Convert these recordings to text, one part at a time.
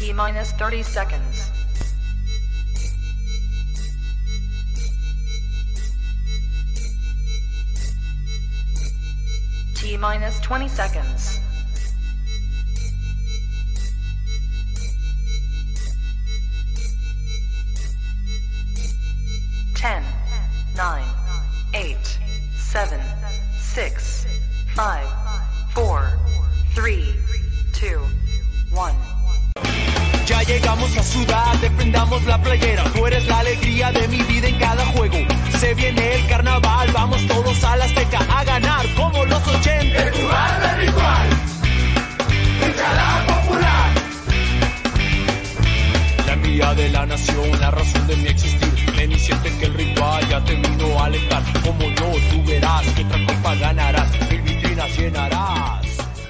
T-minus 30 seconds. T-minus 20 seconds. Ten, 9, 8, 7, 6, 5, 4, 3, 2, 1. Ya llegamos a Ciudad, defendamos la playera. Tú eres la alegría de mi vida en cada juego. Se viene el carnaval, vamos todos a la Azteca a ganar como los 80. El jugar de ritual, hinchada popular. La mía de la nación, la razón de mi existir. Ven y siente que el ritual ya te vino a alentar. Como yo, tú verás que otra copa ganarás, mil vitrinas llenarás.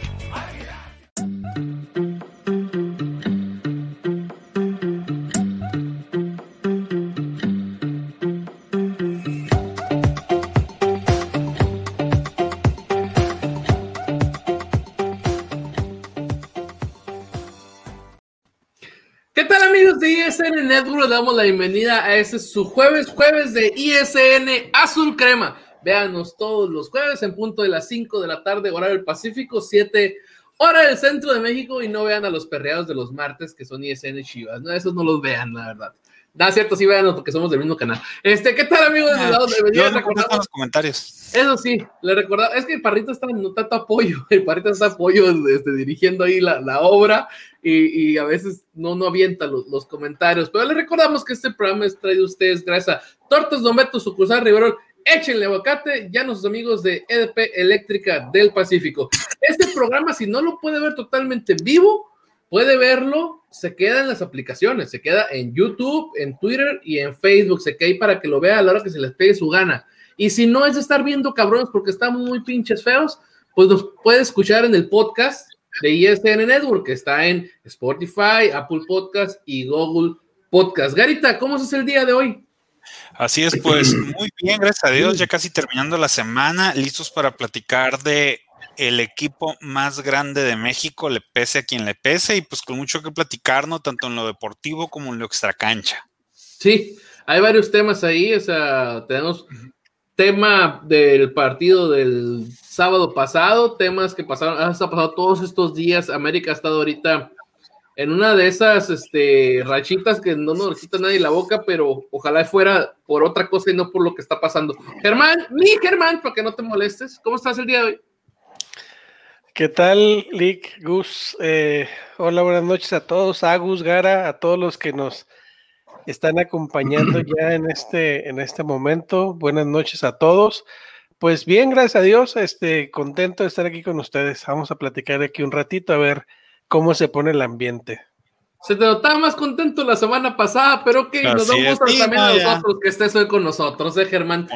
¿Qué tal, amigos de ISN Network? Le damos la bienvenida a este su jueves de ISN Azul Crema. Véanos todos los jueves en punto de las 5 de la tarde, horario del Pacífico, 7 hora del Centro de México, y no vean a los perreados de los martes que son ISN Chivas, no, esos no los vean, la verdad. No, es cierto, sí véanos porque somos del mismo canal. ¿Qué tal, amigos? Yo no contesto los comentarios. Eso sí, le recordaba, es que el Parrito está en tanto apoyo, dirigiendo ahí la obra, y a veces no avienta los comentarios, pero le recordamos que este programa es traído a ustedes gracias a Tortas Don Beto, sucursal Riverol. Échenle aguacate, ya nuestros amigos de EDP Eléctrica del Pacífico. Este programa, si no lo puede ver totalmente en vivo, puede verlo, se queda en las aplicaciones, se queda en YouTube, en Twitter y en Facebook, se queda ahí para que lo vea a la hora que se les pegue su gana. Y si no es de estar viendo cabrones porque estamos muy pinches feos, pues nos puede escuchar en el podcast de ISN Network, que está en Spotify, Apple Podcast y Google Podcast. Garita, ¿cómo es el día de hoy? Así es, pues muy bien, gracias a Dios, ya casi terminando la semana, listos para platicar de el equipo más grande de México, le pese a quien le pese, y pues con mucho que platicar, ¿no? Tanto en lo deportivo como en lo extracancha. Sí, hay varios temas ahí, o sea, tenemos tema del partido del sábado pasado, temas que pasaron, ha pasado todos estos días. América ha estado ahorita en una de esas rachitas que no nos quita nadie la boca, pero ojalá fuera por otra cosa y no por lo que está pasando. Germán, para que no te molestes, ¿cómo estás el día de hoy? ¿Qué tal, Lick, Gus? Hola, buenas noches a todos, Agus, Gara, a todos los que nos están acompañando ya en este momento. Buenas noches a todos. Pues bien, gracias a Dios, contento de estar aquí con ustedes. Vamos a platicar aquí un ratito a ver cómo se pone el ambiente. Se te notaba más contento la semana pasada, pero que nos da un gusto también a nosotros que estés hoy con nosotros, Germán.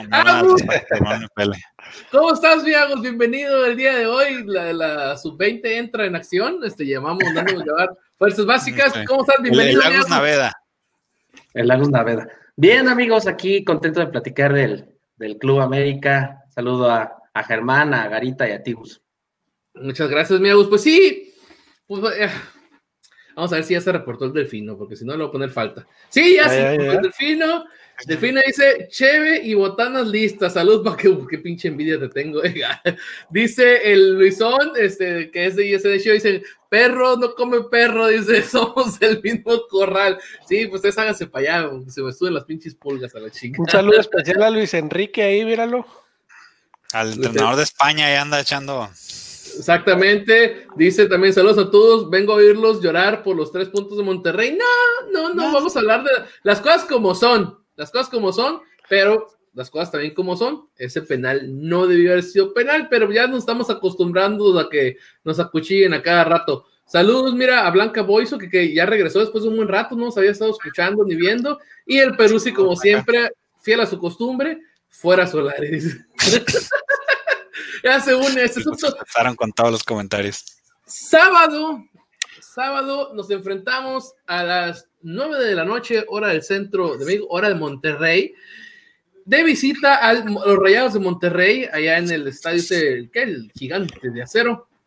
¿Cómo estás, Viagos? Bienvenido el día de hoy. La sub-20 entra en acción. Llamamos, dándonos llevar fuerzas básicas. ¿Cómo estás? Bienvenido. El Lagos Naveda. El Lagos Naveda. Bien, amigos, aquí contento de platicar del Club América. Saludo a Germán, a Garita y a Tibus. Muchas gracias, mi Agus. Pues sí, vamos a ver si ya se reportó el Delfino, porque si no le voy a poner falta. Sí, ya se reportó el Delfino. Delfino dice, cheve y botanas listas. Salud, para que pinche envidia te tengo. Dice el Luisón, que es de ISD Show, dice, perro no come perro, dice, somos el mismo corral. Sí, pues ustedes háganse para allá, se me suben las pinches pulgas a la chica. Un saludo especial a Luis Enrique ahí, míralo. Al entrenador de España, ahí anda echando. Exactamente, dice también, saludos a todos, vengo a oírlos llorar por los 3 puntos de Monterrey. No, vamos a hablar de las cosas como son, pero las cosas también como son. Ese penal no debió haber sido penal, pero ya nos estamos acostumbrando a que nos acuchillen a cada rato. Saludos, mira, a Blanca Boiso, que ya regresó después de un buen rato, no nos había estado escuchando ni viendo, y el Peruzzi, como siempre, fiel a su costumbre, fuera Solari. Ya se une. Empezaron con todos los comentarios. Sábado nos enfrentamos a las 9 de la noche, hora del Centro de México, hora de Monterrey, de visita a los Rayados de Monterrey, allá en el estadio, el Gigante de Acero.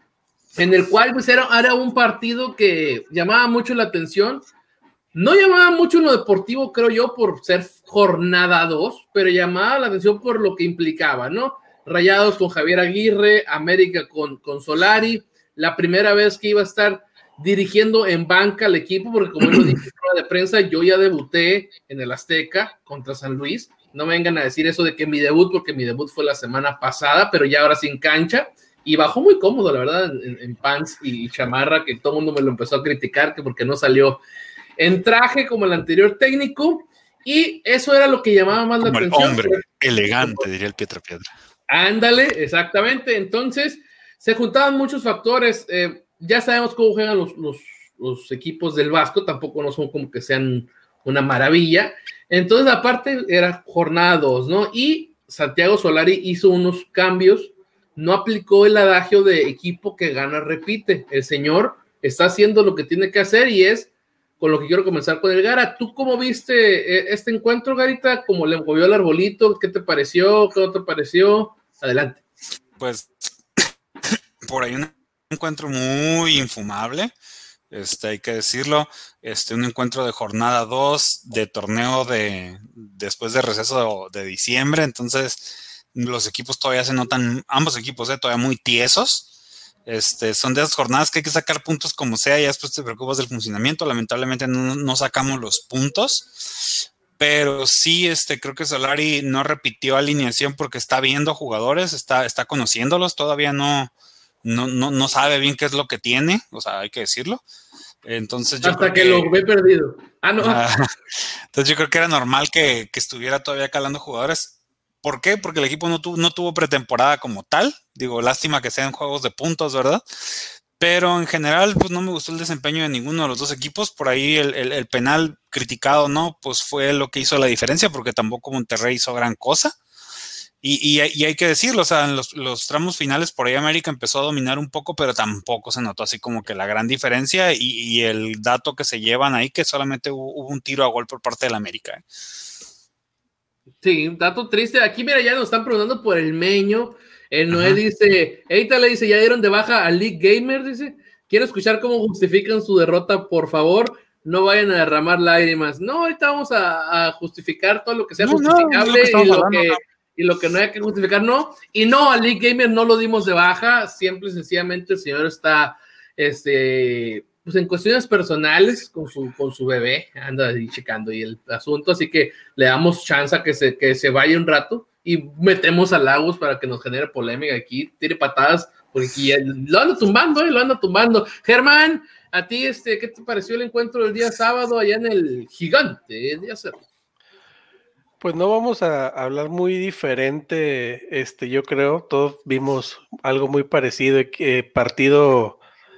en el cual pues era un partido que llamaba mucho la atención. No llamaba mucho en lo deportivo, creo yo, por ser jornada 2, pero llamaba la atención por lo que implicaba, ¿no? Rayados con Javier Aguirre, América con Solari, la primera vez que iba a estar dirigiendo en banca al equipo, porque como lo dije en rueda de prensa, yo ya debuté en el Azteca contra San Luis. No me vengan a decir eso de que mi debut, porque mi debut fue la semana pasada, pero ya ahora sin cancha, y bajó muy cómodo, la verdad, en pants y chamarra, que todo el mundo me lo empezó a criticar, que porque no salió en traje como el anterior técnico, y eso era lo que llamaba más como la atención. Hombre elegante, diría el Piedra. Ándale, exactamente. Entonces, se juntaban muchos factores. Ya sabemos cómo juegan los equipos del Vasco, tampoco no son como que sean una maravilla. Entonces, aparte, era jornada 2, ¿no? Y Santiago Solari hizo unos cambios, no aplicó el adagio de equipo que gana, repite. El señor está haciendo lo que tiene que hacer y es con lo que quiero comenzar con el Gara. ¿Tú cómo viste este encuentro, Garita? ¿Cómo le movió el arbolito? ¿Qué te pareció? ¿Qué no te pareció? Adelante. Pues por ahí un encuentro muy infumable, hay que decirlo, un encuentro de jornada 2 de torneo después de receso de diciembre, entonces los equipos todavía se notan, ambos equipos todavía muy tiesos. Son de esas jornadas que hay que sacar puntos como sea y después te preocupas del funcionamiento. Lamentablemente no sacamos los puntos, pero sí creo que Solari no repitió alineación porque está viendo jugadores, está conociéndolos, todavía no sabe bien qué es lo que tiene, o sea, hay que decirlo. Entonces yo hasta que lo ve perdido. Entonces yo creo que era normal que estuviera todavía calando jugadores. ¿Por qué? Porque el equipo no tuvo pretemporada como tal. Digo, lástima que sean juegos de puntos, ¿verdad? Pero en general, pues no me gustó el desempeño de ninguno de los dos equipos. Por ahí el penal criticado, ¿no? Pues fue lo que hizo la diferencia, porque tampoco Monterrey hizo gran cosa. Y hay que decirlo, o sea, en los tramos finales por ahí América empezó a dominar un poco, pero tampoco se notó así como que la gran diferencia. Y el dato que se llevan ahí, que solamente hubo un tiro a gol por parte del América. Sí, un dato triste. Aquí, mira, ya nos están preguntando por el Meño. El Noé dice, Eita le dice, ya dieron de baja a League Gamer, dice. Quiero escuchar cómo justifican su derrota, por favor. No vayan a derramar lágrimas. No, ahorita vamos a justificar todo lo que sea justificable y lo que no haya que justificar, no. Y no, a League Gamer no lo dimos de baja. Simple y sencillamente el señor está, pues en cuestiones personales con su bebé, anda ahí checando y el asunto, así que le damos chance a que se vaya un rato y metemos a Lagos para que nos genere polémica aquí, tire patadas, porque ya lo anda tumbando. Germán, a ti, ¿qué te pareció el encuentro del día sábado allá en el Gigante de Acero? Pues no vamos a hablar muy diferente, yo creo, todos vimos algo muy parecido, partido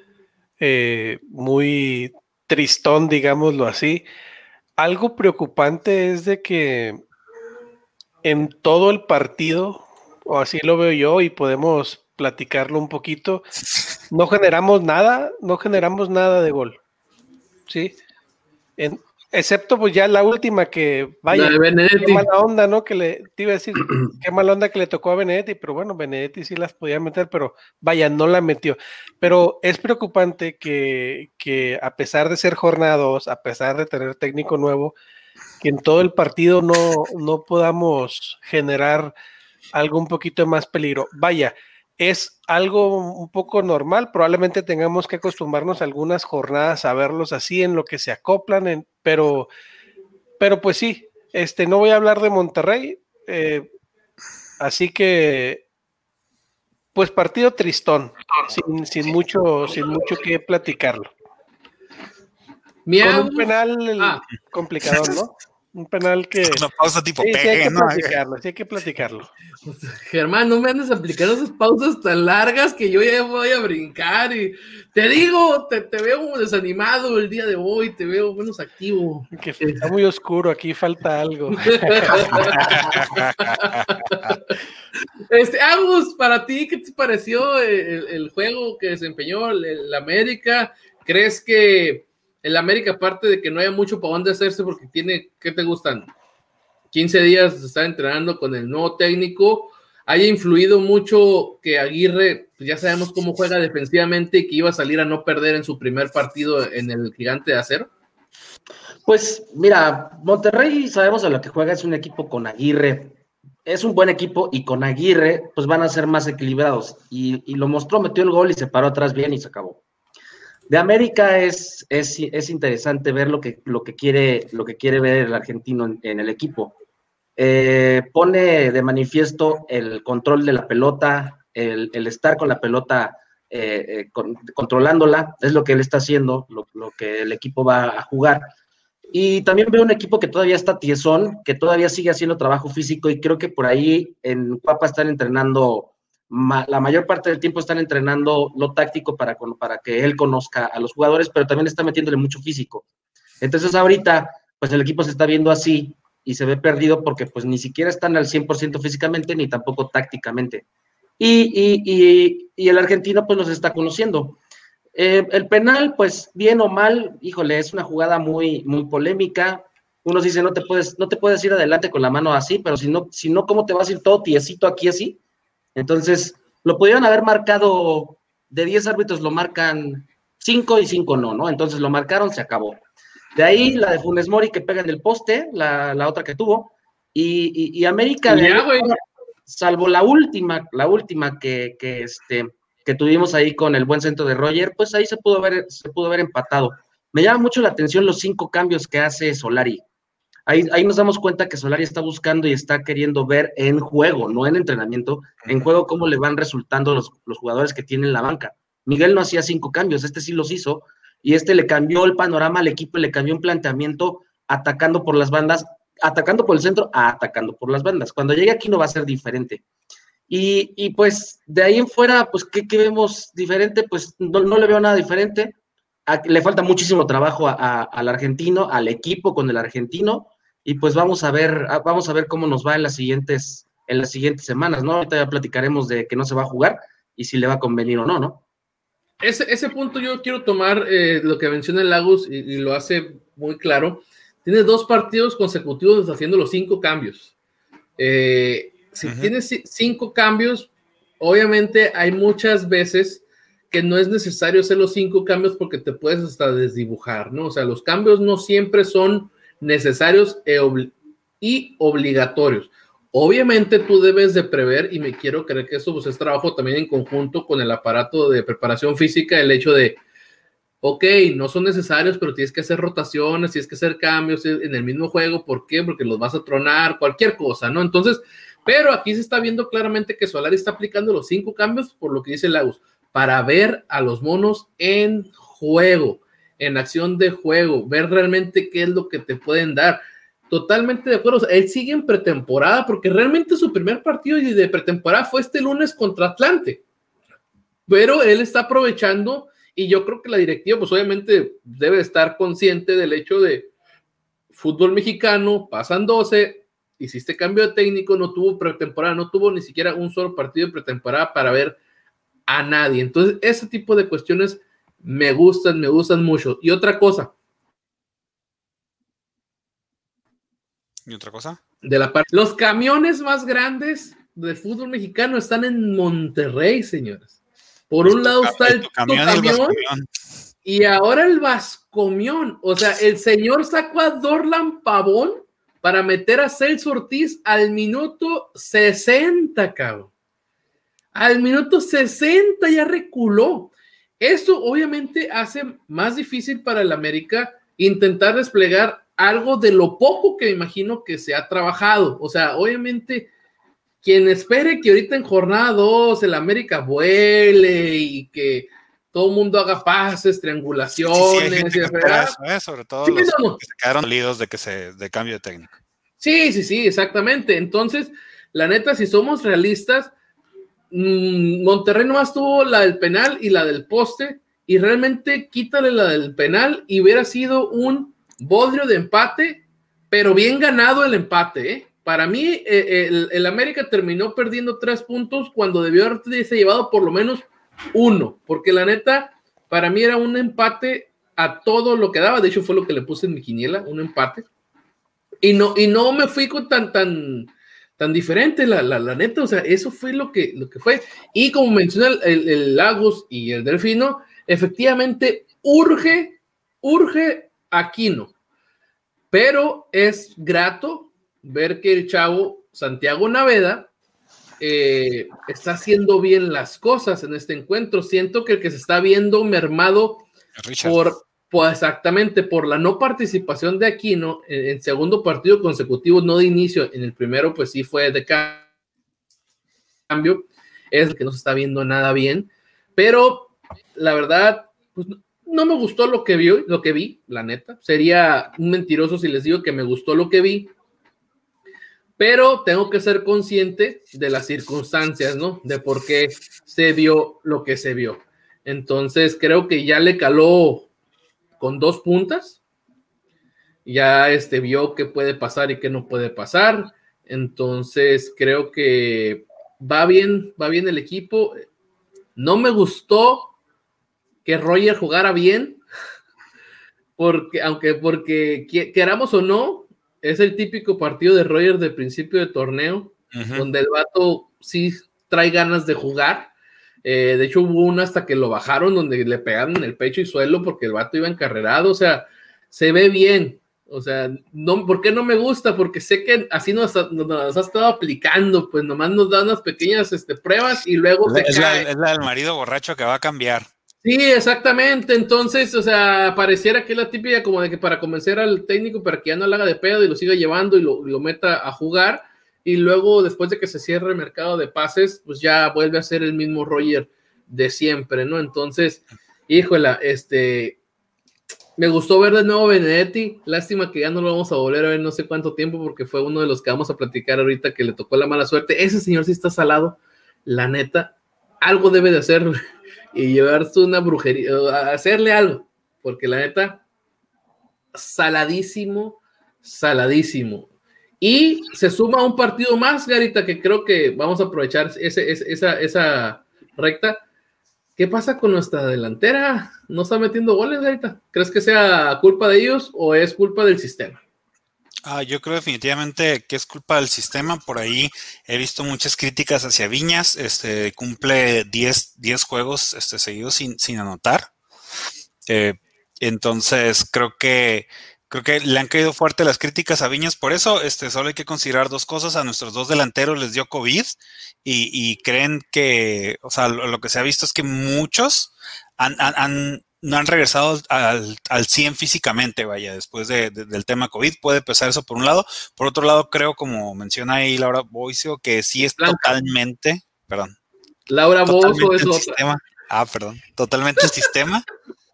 muy tristón, digámoslo así. Algo preocupante es de que en todo el partido, o así lo veo yo, y podemos platicarlo un poquito, no generamos nada de gol, ¿sí? Excepto pues ya la última que, vaya, qué mala onda, ¿no? Te iba a decir, qué mala onda que le tocó a Benedetti, pero bueno, Benedetti sí las podía meter, pero vaya, no la metió. Pero es preocupante que a pesar de ser jornada 2, a pesar de tener técnico nuevo, que en todo el partido no podamos generar algo un poquito de más peligro. Vaya, es algo un poco normal, probablemente tengamos que acostumbrarnos a algunas jornadas a verlos así en lo que se acoplan, pero pues sí, no voy a hablar de Monterrey, así que pues partido tristón, sin mucho que platicarlo. Con un penal complicado, ¿no? Un penal que... Una pausa tipo sí, hay que platicarlo. Germán, no me andes aplicando esas pausas tan largas que yo ya voy a brincar y te digo, te veo desanimado el día de hoy, te veo menos activo. Que está muy oscuro, aquí falta algo. Agus, para ti, ¿qué te pareció el juego que desempeñó el América? ¿Crees que el América, aparte de que no haya mucho para dónde hacerse porque tiene, ¿qué te gustan? 15 días de estar entrenando con el nuevo técnico, haya influido mucho que Aguirre, pues ya sabemos cómo juega defensivamente y que iba a salir a no perder en su primer partido en el Gigante de Acero? Pues mira, Monterrey sabemos a lo que juega, es un equipo con Aguirre, es un buen equipo y con Aguirre pues van a ser más equilibrados y lo mostró, metió el gol y se paró atrás bien y se acabó. De América es interesante ver lo que quiere ver el argentino en el equipo. Pone de manifiesto el control de la pelota, el estar con la pelota controlándola, es lo que él está haciendo, lo que el equipo va a jugar. Y también veo un equipo que todavía está tiesón, que todavía sigue haciendo trabajo físico y creo que por ahí en Cuapa están entrenando, la mayor parte del tiempo están entrenando lo táctico para que él conozca a los jugadores, pero también está metiéndole mucho físico. Entonces ahorita, pues el equipo se está viendo así y se ve perdido porque pues ni siquiera están al 100% físicamente ni tampoco tácticamente. Y el argentino pues los está conociendo. El penal, pues bien o mal, híjole, es una jugada muy, muy polémica. Unos dicen, no te puedes ir adelante con la mano así, pero si no, ¿cómo te vas a ir todo tiesito aquí así? Entonces, lo pudieron haber marcado, de 10 árbitros lo marcan 5 y 5 no, Entonces lo marcaron, se acabó. De ahí la de Funes Mori que pega en el poste, la otra que tuvo, y América, salvo la última que tuvimos ahí con el buen centro de Roger, pues ahí se pudo haber empatado. Me llama mucho la atención los 5 cambios que hace Solari. Ahí nos damos cuenta que Solari está buscando y está queriendo ver en juego, no en entrenamiento, en juego cómo le van resultando los jugadores que tienen la banca. Miguel no hacía 5 cambios, sí los hizo, y le cambió el panorama al equipo, le cambió un planteamiento atacando por las bandas, atacando por el centro, atacando por las bandas. Cuando llegue aquí no va a ser diferente. Y pues de ahí en fuera, pues ¿qué vemos diferente? Pues no le veo nada diferente. Le falta muchísimo trabajo al argentino, al equipo con el argentino, y pues vamos a ver cómo nos va en las siguientes semanas, ¿no? Ahorita ya platicaremos de que no se va a jugar y si le va a convenir o no, ¿no? Ese punto yo quiero tomar lo que menciona el Lagos y lo hace muy claro. Tiene 2 partidos consecutivos haciendo los 5 cambios. Si tienes 5 cambios, obviamente hay muchas veces que no es necesario hacer los 5 cambios porque te puedes hasta desdibujar, ¿no? O sea, los cambios no siempre son necesarios y obligatorios. Obviamente tú debes de prever, y me quiero creer que eso pues, es trabajo también en conjunto con el aparato de preparación física, el hecho de, ok, no son necesarios, pero tienes que hacer rotaciones, tienes que hacer cambios en el mismo juego. ¿Por qué? Porque los vas a tronar, cualquier cosa, ¿no? Entonces, pero aquí se está viendo claramente que Solari está aplicando los 5 cambios, por lo que dice Lagos, para ver a los monos en juego, en acción de juego, ver realmente qué es lo que te pueden dar. Totalmente de acuerdo. O sea, él sigue en pretemporada porque realmente su primer partido de pretemporada fue este lunes contra Atlante, pero él está aprovechando y yo creo que la directiva pues obviamente debe estar consciente del hecho de fútbol mexicano, pasan 12, hiciste cambio de técnico, no tuvo pretemporada, no tuvo ni siquiera un solo partido de pretemporada para ver a nadie. Entonces ese tipo de cuestiones me gustan mucho. Y otra cosa, los camiones más grandes del fútbol mexicano están en Monterrey, señores. Por un lado está el camión y ahora el Vascomión. O sea, el señor sacó a Dorlan Pavón para meter a Celso Ortiz al minuto 60, cabrón. Al minuto 60 ya reculó. Eso obviamente hace más difícil para el América intentar desplegar algo de lo poco que me imagino que se ha trabajado. O sea, obviamente, quien espere que ahorita en jornada 2 el América vuele y que todo el mundo haga pases, triangulaciones. Sí, sobre todo los que se quedaron dolidos de cambio de técnico. Sí, exactamente. Entonces, la neta, si somos realistas, Monterrey nomás tuvo la del penal y la del poste, y realmente quítale la del penal y hubiera sido un bodrio de empate, pero bien ganado el empate, ¿eh? Para mí, el América terminó perdiendo 3 puntos cuando debió haberse llevado por lo menos 1, porque la neta, para mí era un empate a todo lo que daba. De hecho, fue lo que le puse en mi quiniela, un empate. Y no me fui con tan tan diferente, la neta, o sea, eso fue lo que fue. Y como menciona el Lagos y el Delfino, efectivamente urge Aquino, pero es grato ver que el chavo Santiago Naveda está haciendo bien las cosas en este encuentro. Siento que el que se está viendo mermado exactamente por la no participación de Aquino en segundo partido consecutivo, no de inicio, en el primero pues sí fue de cambio, es el que no se está viendo nada bien, pero la verdad pues no me gustó lo que vi, la neta, sería un mentiroso si les digo que me gustó lo que vi, pero tengo que ser consciente de las circunstancias, ¿no? De por qué se vio lo que se vio. Entonces creo que ya le caló con 2 puntas, ya vio qué puede pasar y qué no puede pasar, entonces creo que va bien el equipo. No me gustó que Roger jugara bien, porque queramos o no, es el típico partido de Roger de principio de torneo, donde el vato sí trae ganas de jugar. De hecho hubo una hasta que lo bajaron donde le pegaron en el pecho y suelo porque el vato iba encarrerado, o sea, se ve bien, o sea, no, ¿por qué no me gusta? Porque sé que así nos ha estado aplicando, pues nomás nos da unas pequeñas pruebas y luego es la del marido borracho que va a cambiar. Sí, exactamente, entonces, o sea, pareciera que es la típica como de que para convencer al técnico para que ya no lo haga de pedo y lo siga llevando y lo meta a jugar, y luego después de que se cierre el mercado de pases, pues ya vuelve a ser el mismo Roger de siempre, ¿no? Entonces, híjola, me gustó ver de nuevo Benedetti, lástima que ya no lo vamos a volver a ver no sé cuánto tiempo, porque fue uno de los que vamos a platicar ahorita que le tocó la mala suerte. Ese señor sí está salado, la neta, algo debe de hacer y llevarse una brujería, hacerle algo, porque la neta, saladísimo. Y se suma un partido más, Garita, que creo que vamos a aprovechar esa recta. ¿Qué pasa con nuestra delantera? ¿No está metiendo goles, Garita? ¿Crees que sea culpa de ellos o es culpa del sistema? Yo creo definitivamente que es culpa del sistema. Por ahí he visto muchas críticas hacia Viñas. Cumple 10 juegos seguidos sin anotar. Entonces creo que le han caído fuerte las críticas a Viñas por eso. Solo hay que considerar 2 cosas. A nuestros 2 delanteros les dio COVID y creen que, o sea, lo que se ha visto es que muchos no han regresado al 100 físicamente, vaya, después del tema COVID. Puede pesar eso por un lado. Por otro lado, creo, como menciona ahí Laura Boicio, que sí es totalmente, perdón. Laura Bozo es otra. Totalmente el sistema.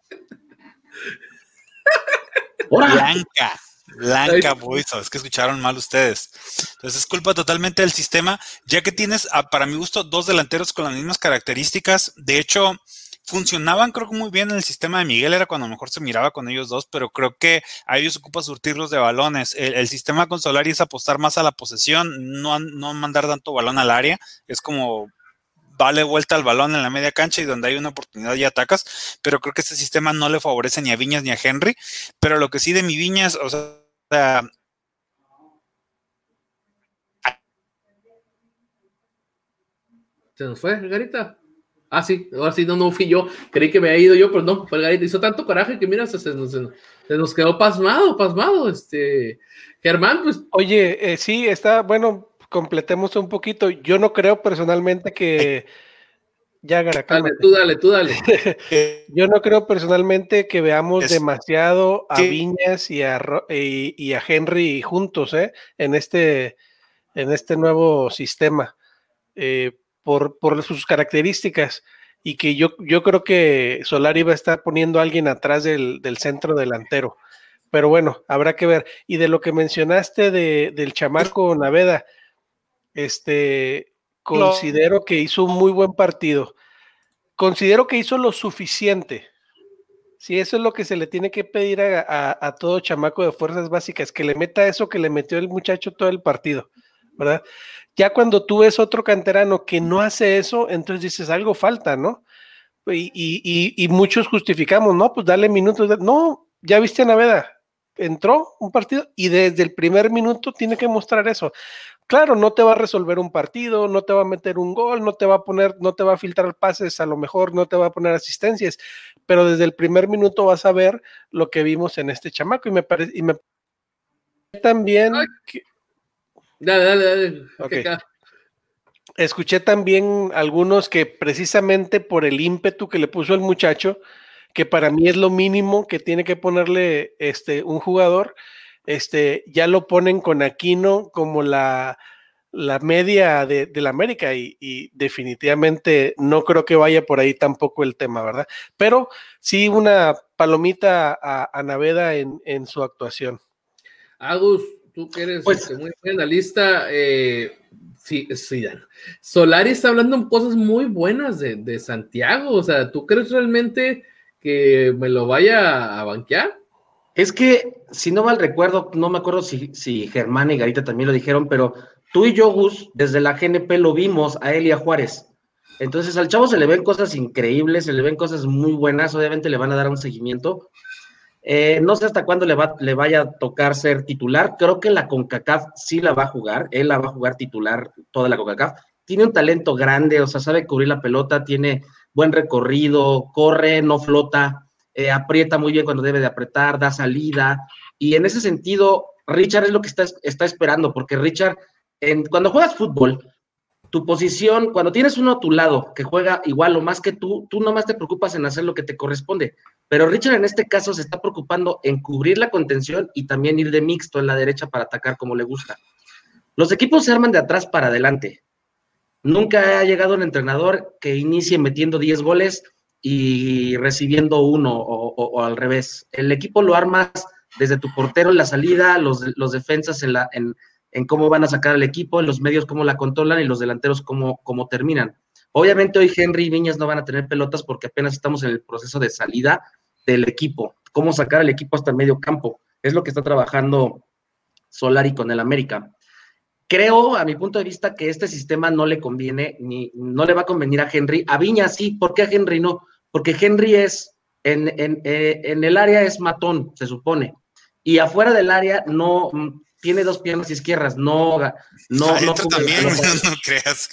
Blanca Boizo, es que escucharon mal ustedes. Entonces es culpa totalmente del sistema, ya que tienes, para mi gusto, 2 delanteros con las mismas características. De hecho, funcionaban creo que muy bien en el sistema de Miguel, era cuando mejor se miraba con ellos 2, pero creo que a ellos ocupa surtirlos de balones. El sistema con Solari es apostar más a la posesión, no mandar tanto balón al área, es como vale vuelta al balón en la media cancha y donde hay una oportunidad ya atacas, pero creo que este sistema no le favorece ni a Viñas ni a Henry. Pero lo que sí de mi Viñas, o sea, ¿se nos fue, Garita? Sí, ahora sí, no fui yo, creí que me había ido yo, pero no, fue el Garita, hizo tanto coraje que mira, se nos quedó pasmado, Germán, pues. Oye, sí, está, bueno, completemos un poquito. Yo no creo personalmente que... Ya, Gara, tú dale. Yo no creo personalmente que veamos demasiado a Viñas y a Henry juntos, en este nuevo sistema, por sus características, y que yo creo que Solari va a estar poniendo a alguien atrás del centro delantero. Pero bueno, habrá que ver. Y de lo que mencionaste del chamaco Naveda, considero que hizo un muy buen partido. Considero que hizo lo suficiente. Si eso es lo que se le tiene que pedir a todo chamaco de fuerzas básicas, que le meta eso que le metió el muchacho todo el partido, ¿verdad? Ya cuando tú ves otro canterano que no hace eso, entonces dices, algo falta, ¿no? Y muchos justificamos, ¿no? Pues dale minutos. No, ya viste a Naveda, entró un partido y desde el primer minuto tiene que mostrar eso. claro, no te va a resolver un partido, no te va a meter un gol, no te va a filtrar pases, a lo mejor no te va a poner asistencias, pero desde el primer minuto vas a ver lo que vimos en este chamaco, y me parece también que, Dale. okay. Escuché también algunos que precisamente por el ímpetu que le puso el muchacho, que para mí es lo mínimo que tiene que ponerle un jugador, ya lo ponen con Aquino como la media de la América, y definitivamente no creo que vaya por ahí tampoco el tema, ¿verdad? Pero sí una palomita a Naveda en su actuación. Agus, tú que eres muy analista, sí, Solari está hablando en cosas muy buenas de Santiago, o sea, ¿tú crees realmente que me lo vaya a banquear? Es que, si no mal recuerdo, no me acuerdo si Germán y Garita también lo dijeron, pero tú y yo, Gus, desde la GNP lo vimos a él y a Juárez. Entonces al chavo se le ven cosas increíbles, se le ven cosas muy buenas, obviamente le van a dar un seguimiento. No sé hasta cuándo le vaya a tocar ser titular. Creo que la CONCACAF sí la va a jugar, él la va a jugar titular toda la CONCACAF. Tiene un talento grande, o sea, sabe cubrir la pelota, tiene buen recorrido, corre, no flota, aprieta muy bien cuando debe de apretar, da salida, y en ese sentido, Richard es lo que está esperando, porque Richard, cuando juegas fútbol, tu posición, cuando tienes uno a tu lado que juega igual o más que tú nomás te preocupas en hacer lo que te corresponde, pero Richard en este caso se está preocupando en cubrir la contención y también ir de mixto en la derecha para atacar como le gusta. Los equipos se arman de atrás para adelante. Nunca ha llegado un entrenador que inicie metiendo 10 goles y recibiendo uno o al revés. El equipo lo armas desde tu portero en la salida, los defensas en cómo van a sacar al equipo, en los medios cómo la controlan y los delanteros cómo terminan. Obviamente hoy Henry y Viñas no van a tener pelotas porque apenas estamos en el proceso de salida del equipo, cómo sacar al equipo hasta el medio campo. Es lo que está trabajando Solari con el América. Creo, a mi punto de vista, que este sistema no le conviene, no le va a convenir a Henry. A Viñas sí, ¿por qué a Henry no? Porque Henry en el área es matón, se supone, y afuera del área no tiene dos piernas izquierdas, no también, no creas.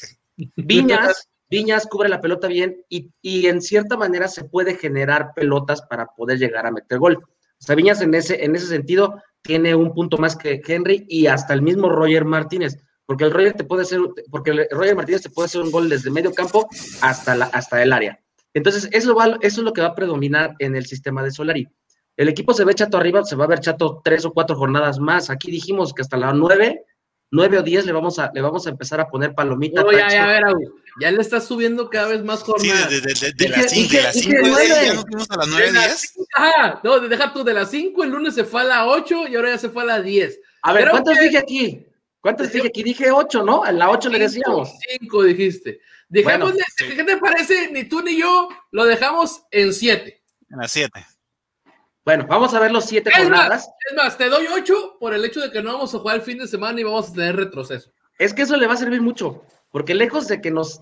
Viñas cubre la pelota bien y en cierta manera se puede generar pelotas para poder llegar a meter gol. O sea, Viñas en ese sentido tiene un punto más que Henry y hasta el mismo Roger Martínez, porque el Roger Martínez te puede hacer un gol desde medio campo hasta el área. Entonces, eso es lo que va a predominar en el sistema de Solari. El equipo se ve chato arriba, se va a ver chato 3 o 4 jornadas más. Aquí dijimos que hasta la 9 o 10 le vamos a empezar a poner palomita. No, ya le estás subiendo cada vez más jornadas. Sí, de las 5 ya nos fuimos a las 9, 10. Ajá, no, deja tú de las 5, el lunes se fue a la 8 y ahora ya se fue a la 10. A ver, ¿cuántos dije aquí? Dije 8, ¿no? A la 8 le decíamos. 5 dijiste. Dejémosle, bueno, sí. ¿Qué te parece? Ni tú ni yo lo dejamos en 7. En las 7. Bueno, vamos a ver los 7 jornadas. Es más, te doy 8 por el hecho de que no vamos a jugar el fin de semana y vamos a tener retroceso. Es que eso le va a servir mucho, porque lejos de que nos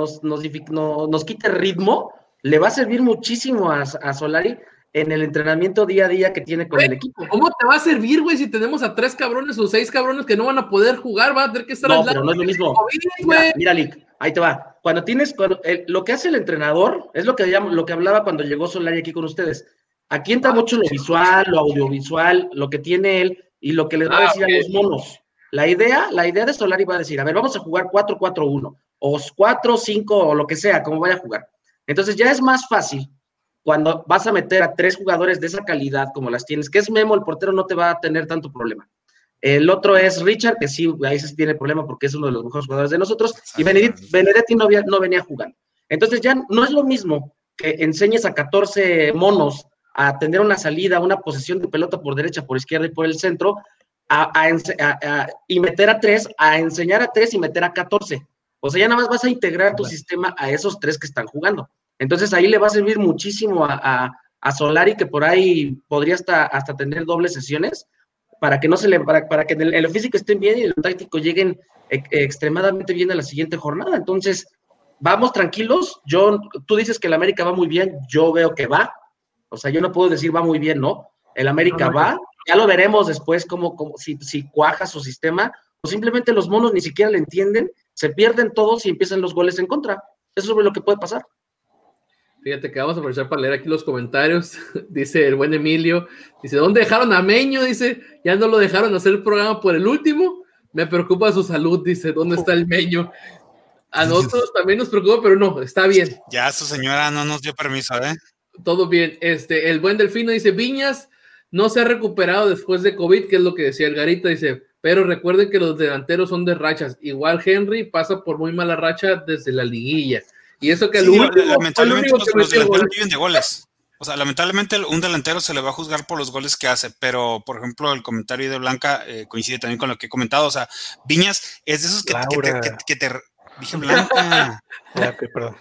quite ritmo, le va a servir muchísimo a Solari en el entrenamiento día a día que tiene con el equipo. ¿Cómo te va a servir, güey, si tenemos a 3 cabrones o 6 cabrones que no van a poder jugar? Van a tener que estar al lado. No, pero no es lo mismo. Mira, Lick, ahí te va. Lo que hace el entrenador es lo que hablaba cuando llegó Solari aquí con ustedes. Aquí entra mucho lo visual, lo audiovisual, lo que tiene él y lo que les va a decir a los monos. La idea de Solari va a decir, a ver, vamos a jugar 4-4-1 o 4-5 o lo que sea, como vaya a jugar. Entonces ya es más fácil cuando vas a meter a 3 jugadores de esa calidad como las tienes, que es Memo, el portero no te va a tener tanto problema. El otro es Richard, que sí, ahí sí tiene problema porque es uno de los mejores jugadores de nosotros, y Benedetti no venía jugando. Entonces ya no es lo mismo que enseñes a 14 monos a tener una salida, una posesión de pelota por derecha, por izquierda y por el centro, y meter a 3, a enseñar a 3 y meter a 14. O sea, ya nada más vas a integrar tu sistema a esos 3 que están jugando. Entonces ahí le va a servir muchísimo a Solari, que por ahí podría hasta tener dobles sesiones, para que para que en lo físico estén bien y en lo táctico lleguen extremadamente bien a la siguiente jornada. Entonces, vamos tranquilos. Tú dices que el América va muy bien, yo veo que va. O sea, yo no puedo decir va muy bien, ¿no? El América va, ya lo veremos después si cuaja su sistema simplemente los monos ni siquiera le entienden, se pierden todos y empiezan los goles en contra. Eso es lo que puede pasar. Fíjate que vamos a aprovechar para leer aquí los comentarios. Dice el buen Emilio, dice, ¿dónde dejaron a Meño? Dice, ya no lo dejaron hacer el programa por el último. Me preocupa su salud, dice, ¿dónde está el Meño? A nosotros también nos preocupa, pero no, está bien. Ya su señora no nos dio permiso, ¿eh? Todo bien. El buen Delfino dice, Viñas no se ha recuperado después de COVID, que es lo que decía el Garita, dice, pero recuerden que los delanteros son de rachas. Igual Henry pasa por muy mala racha desde la liguilla. Y eso que sí, lamentablemente los delanteros viven de goles. O sea, lamentablemente un delantero se le va a juzgar por los goles que hace, pero por ejemplo el comentario de Blanca coincide también con lo que he comentado. O sea, Viñas es de esos que te dije Blanca. Okay, perdón.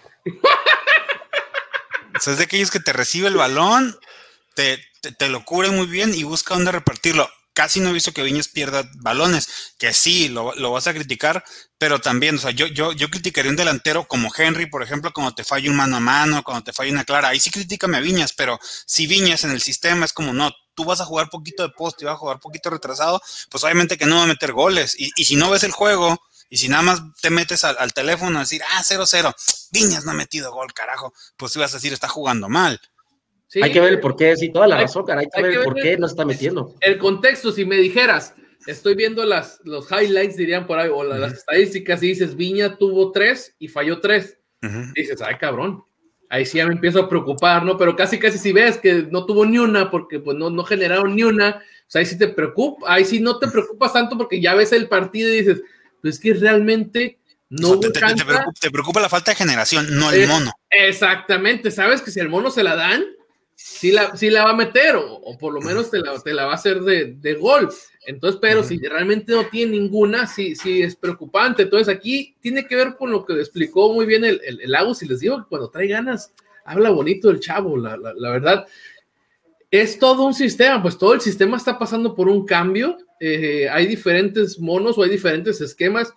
O sea, es de aquellos que te recibe el balón, te lo cubre muy bien y busca dónde repartirlo. Casi no he visto que Viñas pierda balones, que sí, lo vas a criticar, pero también, o sea, yo criticaría un delantero como Henry, por ejemplo, cuando te falla un mano a mano, cuando te falla una clara, ahí sí critícame a Viñas, pero si Viñas en el sistema es como, no, tú vas a jugar poquito de poste y vas a jugar poquito retrasado, pues obviamente que no va a meter goles, y si no ves el juego, y si nada más te metes al teléfono a decir, 0-0, Viñas no ha metido gol, carajo, pues tú vas a decir, está jugando mal. Sí. Hay que ver el por qué, sí, toda la razón, cara. Hay que ver el por qué no está metiendo. El contexto, si me dijeras, estoy viendo los highlights, dirían por ahí, o las estadísticas, y dices, Viña tuvo 3 y falló 3. Dices, ay, cabrón. Ahí sí ya me empiezo a preocupar, ¿no? Pero casi si ves que no tuvo ni una, porque pues no generaron ni una, o sea, ahí sí te preocupa, ahí sí no te preocupas tanto porque ya ves el partido y dices, pues es que realmente no o sea, te preocupa la falta de generación, no el mono. Exactamente, sabes que si el mono se la dan, sí la va a meter, o por lo menos te la va a hacer de gol. Entonces, pero si realmente no tiene ninguna, sí es preocupante. Entonces, aquí tiene que ver con lo que explicó muy bien el Agus, y les digo que cuando trae ganas, habla bonito el chavo, la verdad. Es todo un sistema, pues todo el sistema está pasando por un cambio. Hay diferentes monos o hay diferentes esquemas.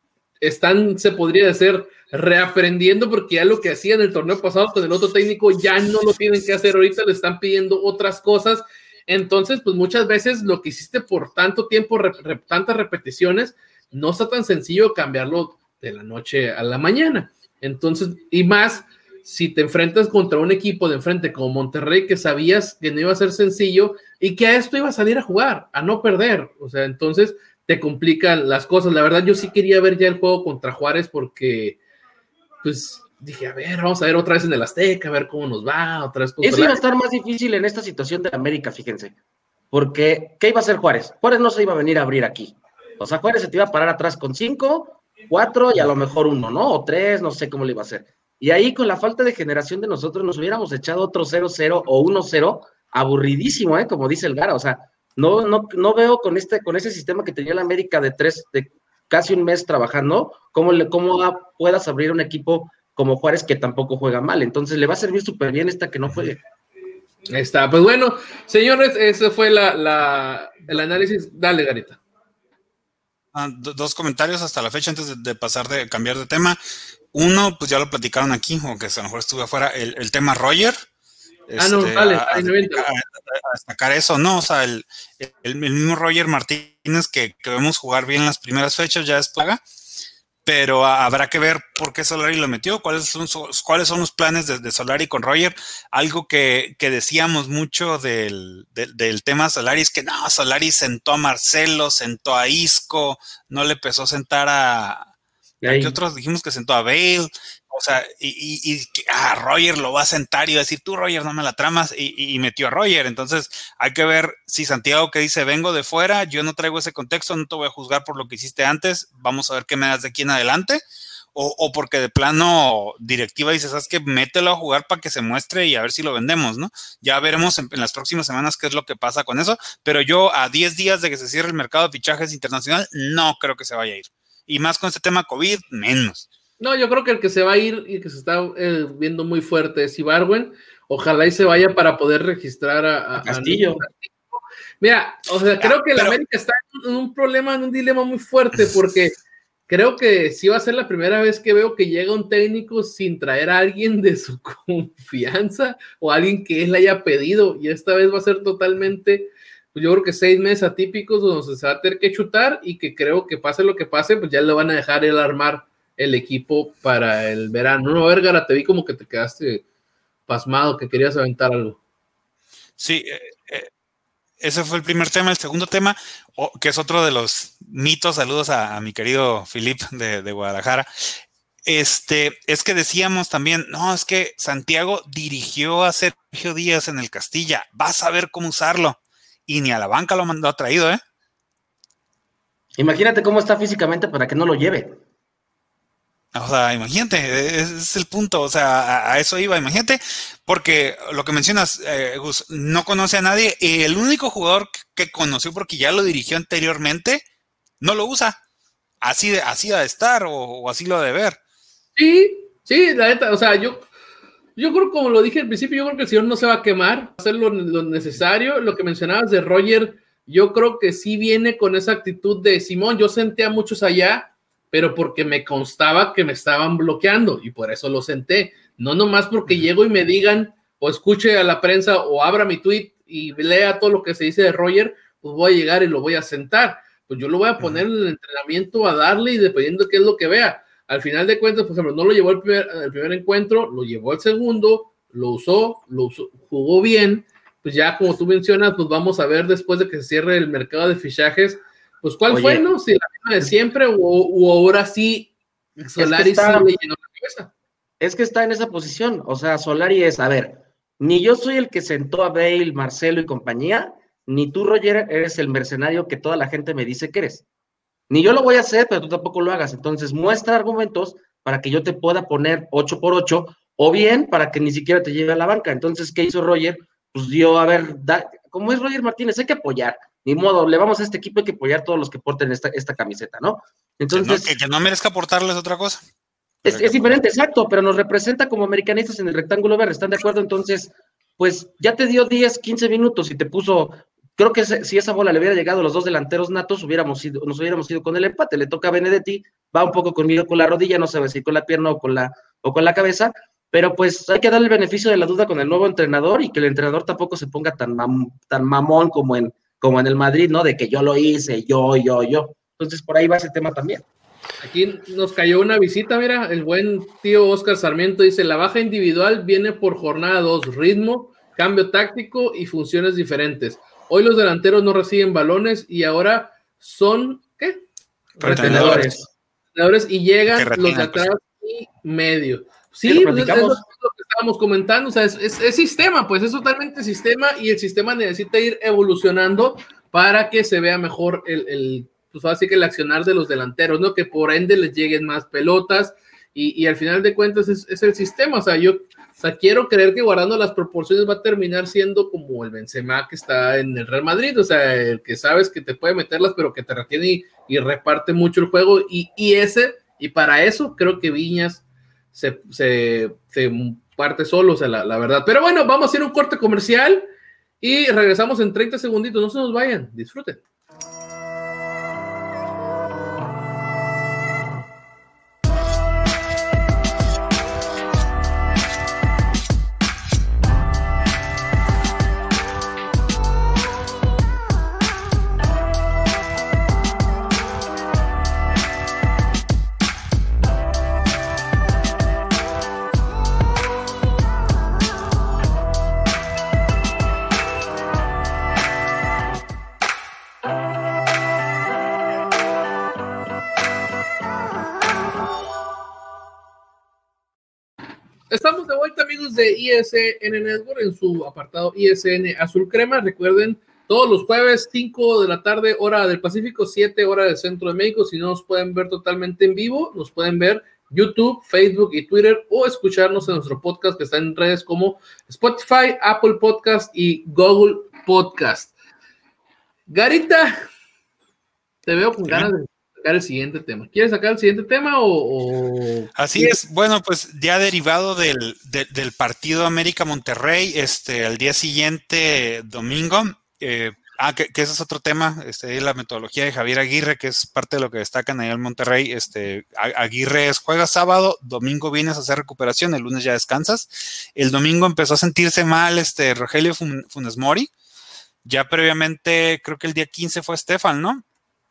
Se podría decir, reaprendiendo, porque ya lo que hacían el torneo pasado con el otro técnico ya no lo tienen que hacer ahorita, le están pidiendo otras cosas. Entonces, pues muchas veces lo que hiciste por tanto tiempo, tantas repeticiones, no está tan sencillo cambiarlo de la noche a la mañana. Entonces, y más si te enfrentas contra un equipo de enfrente como Monterrey, que sabías que no iba a ser sencillo y que a esto iba a salir a jugar, a no perder. O sea, entonces te complican las cosas. La verdad, yo sí quería ver ya el juego contra Juárez porque, pues, dije, a ver, vamos a ver otra vez en el Azteca, a ver cómo nos va, otra vez. Eso iba a estar más difícil en esta situación de América, fíjense, porque ¿qué iba a hacer Juárez? Juárez no se iba a venir a abrir aquí. O sea, Juárez se te iba a parar atrás con 5, 4 y a lo mejor 1, ¿no? O 3, no sé cómo le iba a hacer. Y ahí, con la falta de generación de nosotros, nos hubiéramos echado otro 0-0 o 1-0, aburridísimo, como dice el Gara. O sea, no veo con ese sistema que tenía la América de casi un mes trabajando, cómo puedas abrir un equipo como Juárez, que tampoco juega mal. Entonces le va a servir súper bien esta que no juegue. Ahí está. Pues bueno, señores, ese fue el análisis. Dale, Garita. 2 comentarios hasta la fecha antes de pasar de cambiar de tema. Uno, pues ya lo platicaron aquí, aunque a lo mejor estuve afuera, el tema Roger. No, dale, a destacar eso, ¿no? O sea, el mismo Roger Martínez que vemos jugar bien las primeras fechas, ya es plaga, pero habrá que ver por qué Solari lo metió, cuáles son los planes de Solari con Roger. Algo que decíamos mucho del tema Solari es que no, Solari sentó a Marcelo, sentó a Isco, no le empezó a sentar ¿a qué otros dijimos que sentó a Bale? O sea, y Roger lo va a sentar y va a decir, tú Roger no me la tramas, y metió a Roger. Entonces hay que ver si Santiago, que dice, vengo de fuera, yo no traigo ese contexto, no te voy a juzgar por lo que hiciste antes, vamos a ver qué me das de aquí en adelante, o porque de plano directiva dice, ¿sabes qué? Mételo a jugar para que se muestre y a ver si lo vendemos, ¿no? Ya veremos en las próximas semanas qué es lo que pasa con eso, pero yo a 10 días de que se cierre el mercado de fichajes internacional, no creo que se vaya a ir. Y más con este tema COVID, menos. No, yo creo que el que se va a ir y que se está viendo muy fuerte es Ibargüen. Ojalá y se vaya para poder registrar a Castillo. Mira, o sea, creo que el América está en un problema, en un dilema muy fuerte, porque creo que sí va a ser la primera vez que veo que llega un técnico sin traer a alguien de su confianza o alguien que él haya pedido, y esta vez va a ser totalmente pues yo creo que 6 meses atípicos donde se va a tener que chutar y que creo que pase lo que pase, pues ya le van a dejar el armar el equipo para el verano. No, Vergara, te vi como que te quedaste pasmado, que querías aventar algo. Sí, ese fue el primer tema. El segundo tema, que es otro de los mitos, saludos a mi querido Filip de Guadalajara, es que decíamos también, no, es que Santiago dirigió a Sergio Díaz en el Castilla, vas a ver cómo usarlo, y ni a la banca lo ha traído, ¿eh? Imagínate cómo está físicamente para que no lo lleve. O sea, imagínate, ese es el punto, o sea, a eso iba, imagínate, porque lo que mencionas, Gus, no conoce a nadie, y el único jugador que conoció porque ya lo dirigió anteriormente, no lo usa, así ha de estar, o así lo ha de ver. Sí, la neta, o sea, yo creo, como lo dije al principio, yo creo que el señor no se va a quemar, va a hacer lo necesario. Lo que mencionabas de Roger, yo creo que sí viene con esa actitud de Simón, yo senté a muchos allá, pero porque me constaba que me estaban bloqueando y por eso lo senté, no nomás porque llego y me digan o escuche a la prensa o abra mi tweet y lea todo lo que se dice de Roger, pues voy a llegar y lo voy a sentar, pues yo lo voy a poner en el entrenamiento a darle y dependiendo de qué es lo que vea. Al final de cuentas, por ejemplo, no lo llevó el primer encuentro, lo llevó el segundo, lo usó, jugó bien, pues ya como tú mencionas, pues vamos a ver después de que se cierre el mercado de fichajes, pues cuál fue, ¿no? Si la misma de siempre o ahora sí Solari sí le llenó la cabeza. Es que está en esa posición, o sea, Solari es, a ver, ni yo soy el que sentó a Bale, Marcelo y compañía, ni tú, Roger, eres el mercenario que toda la gente me dice que eres. Ni yo lo voy a hacer, pero tú tampoco lo hagas. Entonces, muestra argumentos para que yo te pueda poner 8x8, o bien para que ni siquiera te lleve a la banca. Entonces, ¿qué hizo Roger? Pues dio, a ver, como es Roger Martínez, hay que apoyar. Ni modo, le vamos a este equipo, hay que apoyar a todos los que porten esta camiseta, ¿no? Entonces, que no merezca aportarles otra cosa. Es diferente, exacto, pero nos representa como americanistas en el rectángulo verde, ¿están de acuerdo? Entonces, pues ya te dio 10, 15 minutos y te puso, creo que si esa bola le hubiera llegado a los dos delanteros natos, nos hubiéramos ido con el empate. Le toca a Benedetti, va un poco conmigo con la rodilla, no sabe si con la pierna o con la cabeza, pero pues hay que darle el beneficio de la duda con el nuevo entrenador y que el entrenador tampoco se ponga tan mamón como en el Madrid, ¿no? De que yo lo hice, yo. Entonces, por ahí va ese tema también. Aquí nos cayó una visita, mira, el buen tío Oscar Sarmiento dice, la baja individual viene por jornada 2, ritmo, cambio táctico y funciones diferentes. Hoy los delanteros no reciben balones y ahora son, ¿qué? Retenedores. Y llegan los de atrás y medio. Sí, pues es lo que estábamos comentando, o sea, es sistema, pues es totalmente sistema y el sistema necesita ir evolucionando para que se vea mejor pues así que el accionar de los delanteros, ¿no? Que por ende les lleguen más pelotas y al final de cuentas es el sistema, o sea, quiero creer que guardando las proporciones va a terminar siendo como el Benzema que está en el Real Madrid, o sea, el que sabes que te puede meterlas, pero que te retiene y reparte mucho el juego y para eso creo que Viñas se parte solo, o sea, la verdad. Pero bueno, vamos a hacer un corte comercial y regresamos en 30 segunditos, no se nos vayan, disfruten. Estamos de vuelta, amigos de ISN Network, en su apartado ISN Azul Crema. Recuerden, todos los jueves, 5 de la tarde, hora del Pacífico, 7 hora del Centro de México. Si no nos pueden ver totalmente en vivo, nos pueden ver YouTube, Facebook y Twitter, o escucharnos en nuestro podcast que está en redes como Spotify, Apple Podcast y Google Podcast. Garita, te veo con ganas de sacar el siguiente tema. ¿Quieres sacar el siguiente tema o...? Así es, bueno, pues ya derivado del partido América-Monterrey, al día siguiente, domingo, que ese es otro tema, la metodología de Javier Aguirre, que es parte de lo que destacan ahí en Monterrey. Aguirre juega sábado, domingo vienes a hacer recuperación, el lunes ya descansas. El domingo empezó a sentirse mal Rogelio Funes Mori, Ya previamente, creo que el día 15 fue Estefan, ¿no?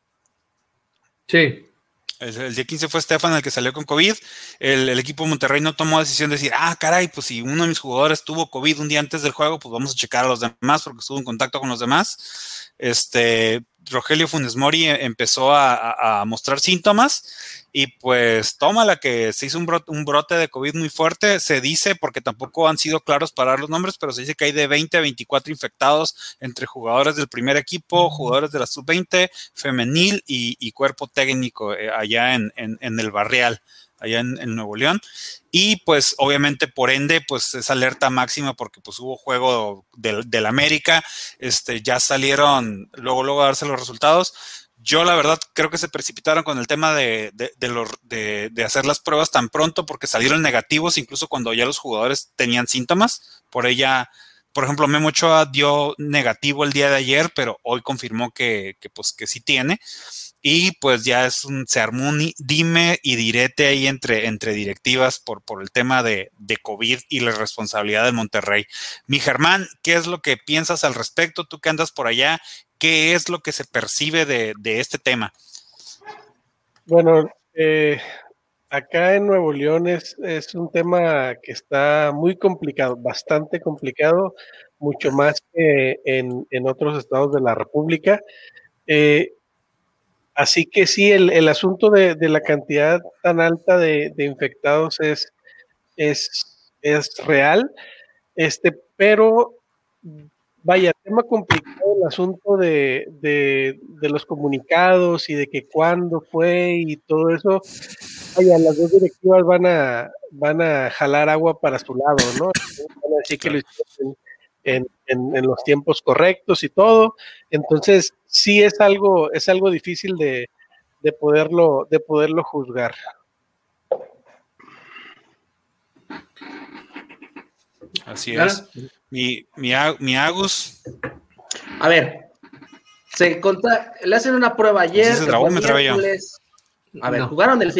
Sí. El día 15 fue Estefan el que salió con COVID. El equipo de Monterrey no tomó decisión de decir, caray, pues si uno de mis jugadores tuvo COVID un día antes del juego, pues vamos a checar a los demás porque estuvo en contacto con los demás. Rogelio Funes Mori empezó a mostrar síntomas y pues tómala que se hizo un brote de COVID muy fuerte. Se dice, porque tampoco han sido claros para dar los nombres, pero se dice que hay de 20 a 24 infectados entre jugadores del primer equipo, jugadores de la sub-20, femenil y cuerpo técnico allá en el Barrial, allá en Nuevo León. Y pues obviamente por ende pues es alerta máxima porque pues hubo juego del América, ya salieron luego a darse los resultados. Yo la verdad creo que se precipitaron con el tema de hacer las pruebas tan pronto porque salieron negativos incluso cuando ya los jugadores tenían síntomas. Por ejemplo, Memo Ochoa dio negativo el día de ayer, pero hoy confirmó que sí tiene. Y pues ya se armó un dime y direte ahí entre directivas por el tema de COVID y la responsabilidad de Monterrey. Mi Germán, ¿qué es lo que piensas al respecto? Tú que andas por allá, ¿qué es lo que se percibe de este tema? Bueno, acá en Nuevo León es un tema que está muy complicado, bastante complicado, mucho más que en otros estados de la República. Así que sí, el asunto de la cantidad tan alta de infectados es real, pero vaya, tema complicado el asunto de los comunicados y de que cuándo fue y todo eso. Vaya, las dos directivas van a jalar agua para su lado, ¿no? Van a decir que lo hicieron en los tiempos correctos y todo. Entonces, sí es algo difícil de poderlo juzgar. Así es. Mi Agus. A ver, le hacen una prueba ayer. A ver,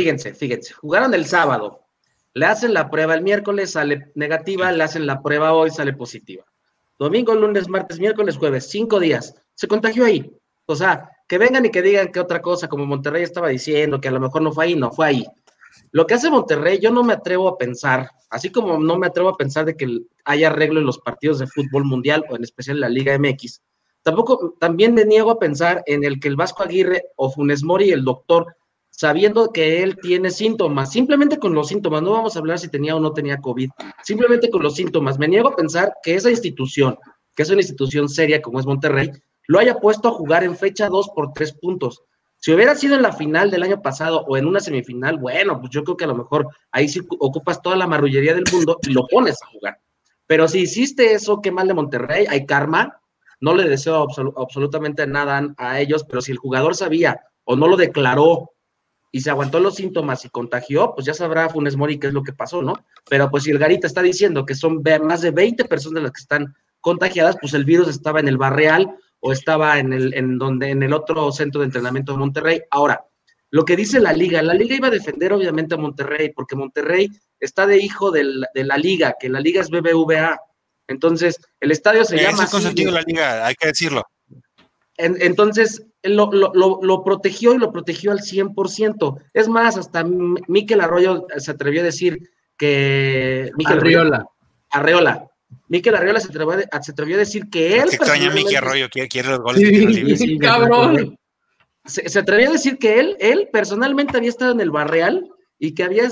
jugaron el sábado. Le hacen la prueba el miércoles, sale negativa, le hacen la prueba hoy, sale positiva. Domingo, lunes, martes, miércoles, jueves, 5 días. Se contagió ahí. O sea, que vengan y que digan que otra cosa, como Monterrey estaba diciendo, que a lo mejor no fue ahí, no fue ahí. Lo que hace Monterrey, yo no me atrevo a pensar, así como no me atrevo a pensar de que haya arreglo en los partidos de fútbol mundial, o en especial en la Liga MX, también me niego a pensar en el que el Vasco Aguirre o Funes Mori, el doctor, sabiendo que él tiene síntomas, simplemente con los síntomas, no vamos a hablar si tenía o no tenía COVID, simplemente con los síntomas, me niego a pensar que esa institución, que es una institución seria como es Monterrey, lo haya puesto a jugar en fecha 2 por 3 puntos. Si hubiera sido en la final del año pasado o en una semifinal, bueno, pues yo creo que a lo mejor ahí sí ocupas toda la marrullería del mundo y lo pones a jugar. Pero si hiciste eso, qué mal de Monterrey, hay karma, no le deseo absolutamente nada a ellos, pero si el jugador sabía o no lo declaró y se aguantó los síntomas y contagió, pues ya sabrá Funes Mori qué es lo que pasó, ¿no? Pero pues si el Garita está diciendo que son más de 20 personas las que están contagiadas, pues el virus estaba en el Barrial o estaba en el otro centro de entrenamiento de Monterrey. Ahora, lo que dice la Liga iba a defender obviamente a Monterrey, porque Monterrey está de hijo de la Liga, que la Liga es BBVA. Entonces, el estadio se llama así. Es consentido la Liga, hay que decirlo. Entonces, lo protegió y lo protegió al 100%. Es más, hasta Mikel Arroyo se atrevió a decir que... Arreola. Mikel Arreola se atrevió a decir que él... Es que extraña a Mikel Arroyo, quiere los goles. Sí, cabrón. Se atrevió a decir que él personalmente había estado en el Barrial y que había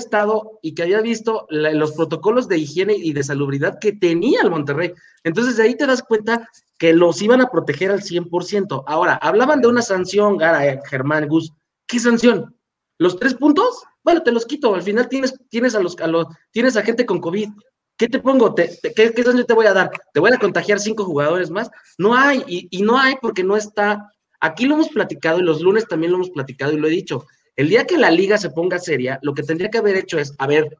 visto los protocolos de higiene y de salubridad que tenía el Monterrey. Entonces, de ahí te das cuenta que los iban a proteger al 100%. Ahora, hablaban de una sanción, Gara, Germán, Gus. ¿Qué sanción? ¿Los 3 puntos? Bueno, te los quito. Al final tienes a gente con COVID. ¿Qué te pongo? ¿Qué sanción te voy a dar? ¿Te voy a contagiar 5 jugadores más? No hay, y no hay porque no está. Aquí lo hemos platicado y los lunes también lo hemos platicado y lo he dicho. El día que la liga se ponga seria, lo que tendría que haber hecho es, a ver,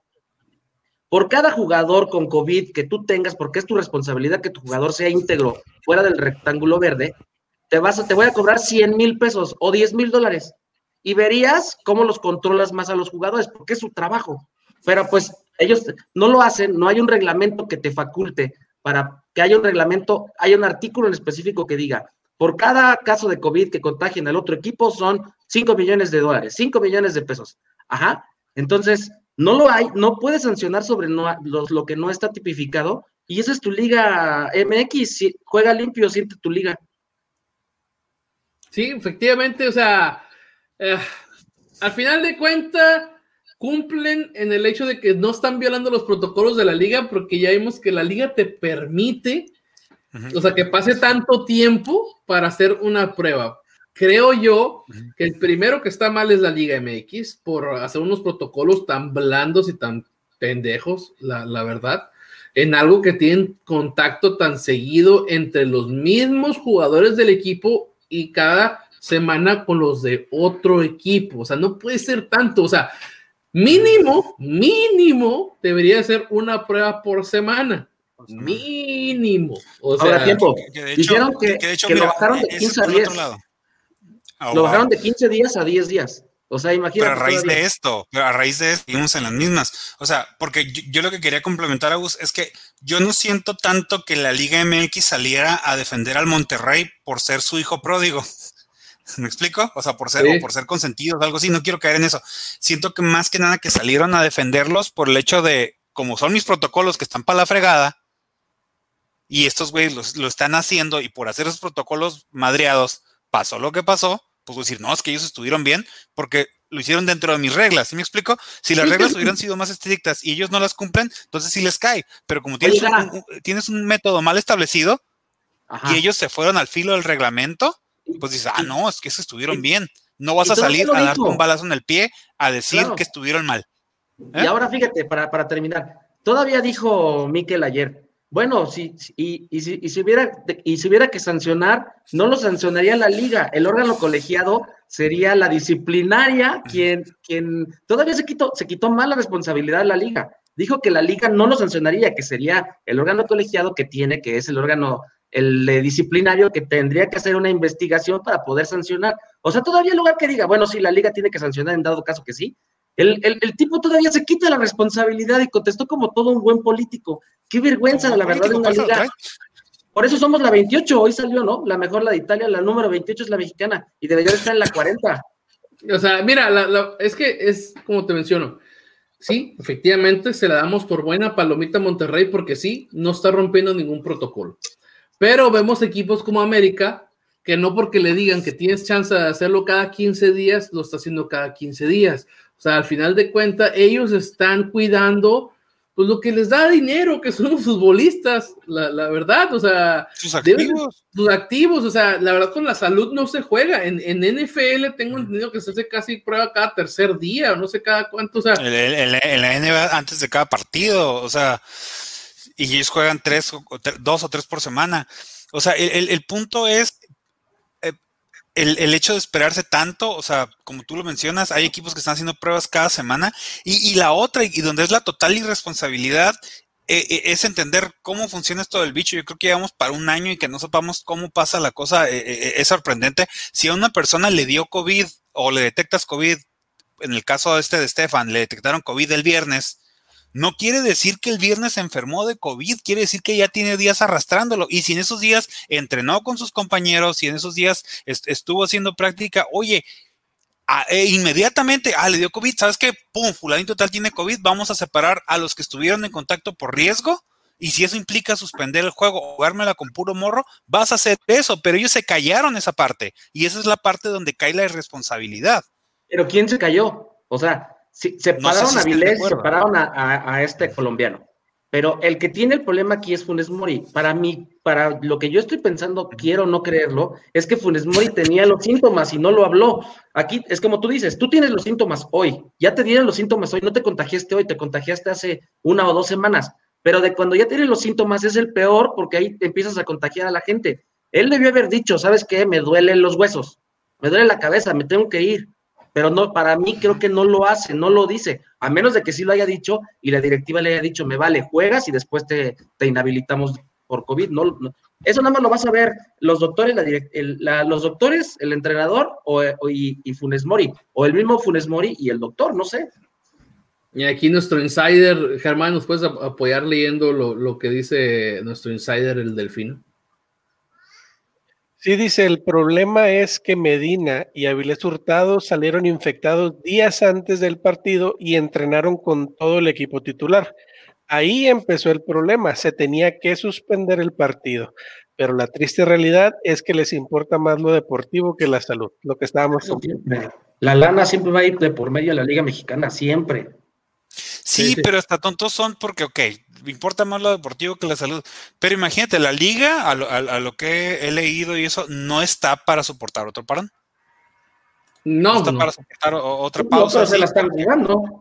por cada jugador con COVID que tú tengas, porque es tu responsabilidad que tu jugador sea íntegro fuera del rectángulo verde, te voy a cobrar 100,000 pesos o $10,000 y verías cómo los controlas más a los jugadores, porque es su trabajo. Pero pues ellos no lo hacen, no hay un reglamento que te faculte para que haya un reglamento, haya un artículo en específico que diga, por cada caso de COVID que contagien al otro equipo son $5 millones, $5 millones de pesos. Ajá. Entonces, no lo hay, no puedes sancionar sobre lo que no está tipificado, y esa es tu liga MX, juega limpio, siente tu liga. Sí, efectivamente, o sea, al final de cuentas, cumplen en el hecho de que no están violando los protocolos de la liga, porque ya vimos que la liga te permite, o sea, que pase tanto tiempo para hacer una prueba. Creo yo que el primero que está mal es la Liga MX por hacer unos protocolos tan blandos y tan pendejos, la verdad, en algo que tienen contacto tan seguido entre los mismos jugadores del equipo y cada semana con los de otro equipo. O sea, no puede ser tanto. O sea, mínimo debería ser una prueba por semana. Mínimo. O sea, ahora tiempo. Dijeron que mira, lo bajaron de 15 a 10. Lo bajaron de 15 días a 10 días. O sea, imagínate. Pero a raíz de esto, seguimos en las mismas. O sea, porque yo lo que quería complementar, Agus, es que yo no siento tanto que la Liga MX saliera a defender al Monterrey por ser su hijo pródigo. ¿Me explico? O sea, por ser consentidos, algo así. No quiero caer en eso. Siento que más que nada que salieron a defenderlos por el hecho de, como son mis protocolos que están para la fregada, y estos güeyes lo están haciendo, y por hacer esos protocolos madreados, pasó lo que pasó, pues voy a decir, no, es que ellos estuvieron bien, porque lo hicieron dentro de mis reglas, ¿sí me explico? Si las reglas hubieran sido más estrictas y ellos no las cumplen, entonces sí les cae, pero como tienes un método mal establecido, y ellos se fueron al filo del reglamento, pues dices, no, es que se estuvieron bien, no vas a salir a darte un balazo en el pie a decir que estuvieron mal. Y ahora fíjate, para terminar, todavía dijo Mikel ayer, bueno, si hubiera que sancionar, no lo sancionaría la liga, el órgano colegiado sería la disciplinaria quien todavía se quitó mal la responsabilidad de la liga. Dijo que la liga no lo sancionaría, que sería el órgano colegiado que es el órgano disciplinario que tendría que hacer una investigación para poder sancionar. O sea, todavía en lugar que diga, bueno, sí, la liga tiene que sancionar en dado caso que sí, el tipo todavía se quita la responsabilidad y contestó como todo un buen político. Qué vergüenza, la verdad, de una liga. Por eso somos la 28, hoy salió, ¿no? La mejor, la de Italia, la número 28 es la mexicana, y debería estar en la 40. O sea, mira, es que es como te menciono. Sí, efectivamente, se la damos por buena palomita a Monterrey, porque sí, no está rompiendo ningún protocolo. Pero vemos equipos como América, que no porque le digan que tienes chance de hacerlo cada 15 días, lo está haciendo cada 15 días. O sea, al final de cuentas, ellos están cuidando pues lo que les da dinero, que son los futbolistas, la verdad, o sea, sus activos, o sea, la verdad con la salud no se juega. En NFL tengo entendido que se hace casi prueba cada tercer día, o no sé cada cuánto, o sea. En la NBA antes de cada partido, o sea, y ellos juegan 2 o 3 por semana. O sea, el punto es el hecho de esperarse tanto, o sea, como tú lo mencionas, hay equipos que están haciendo pruebas cada semana, y la otra, y donde es la total irresponsabilidad, es entender cómo funciona esto del bicho. Yo creo que llevamos para un año y que no sepamos cómo pasa la cosa, es sorprendente. Si a una persona le dio COVID o le detectas COVID, en el caso de Stefan, le detectaron COVID el viernes, no quiere decir que el viernes se enfermó de COVID, quiere decir que ya tiene días arrastrándolo, y si en esos días entrenó con sus compañeros, si en esos días estuvo haciendo práctica, oye, inmediatamente, le dio COVID, ¿sabes qué? Pum, fulanito tal tiene COVID, vamos a separar a los que estuvieron en contacto por riesgo, y si eso implica suspender el juego o jugármela con puro morro, vas a hacer eso, pero ellos se callaron esa parte, y esa es la parte donde cae la irresponsabilidad. ¿Pero quién se cayó? O sea, separaron a Vilés, separaron a este colombiano. Pero el que tiene el problema aquí es Funes Mori. Para mí, para lo que yo estoy pensando, quiero no creerlo, es que Funes Mori tenía los síntomas y no lo habló. Aquí es como tú dices, tú tienes los síntomas hoy, ya te dieron los síntomas hoy, no te contagiaste hoy, te contagiaste hace 1 o 2 semanas, pero de cuando ya tienes los síntomas es el peor, porque ahí te empiezas a contagiar a la gente. Él debió haber dicho, ¿sabes qué? Me duelen los huesos, me duele la cabeza, me tengo que ir. Pero no, para mí creo que no lo hace, no lo dice, a menos de que sí lo haya dicho y la directiva le haya dicho, me vale, juegas y después te inhabilitamos por COVID. No, eso nada más lo vas a ver los doctores, los doctores, el entrenador y Funes Mori, o el mismo Funes Mori y el doctor, no sé. Y aquí nuestro insider, Germán, ¿nos puedes apoyar leyendo lo que dice nuestro insider, el Delfino? Sí, dice, el problema es que Medina y Avilés Hurtado salieron infectados días antes del partido y entrenaron con todo el equipo titular. Ahí empezó el problema, se tenía que suspender el partido, pero la triste realidad es que les importa más lo deportivo que la salud, lo que estábamos siempre. La lana siempre va a ir de por medio de la Liga Mexicana, siempre. Sí, pero hasta tontos son porque, me importa más lo deportivo que la salud. Pero imagínate, la liga, a lo que he leído y eso, no está para soportar otro parón. No está para soportar otra pausa. No, pero se la están jugando.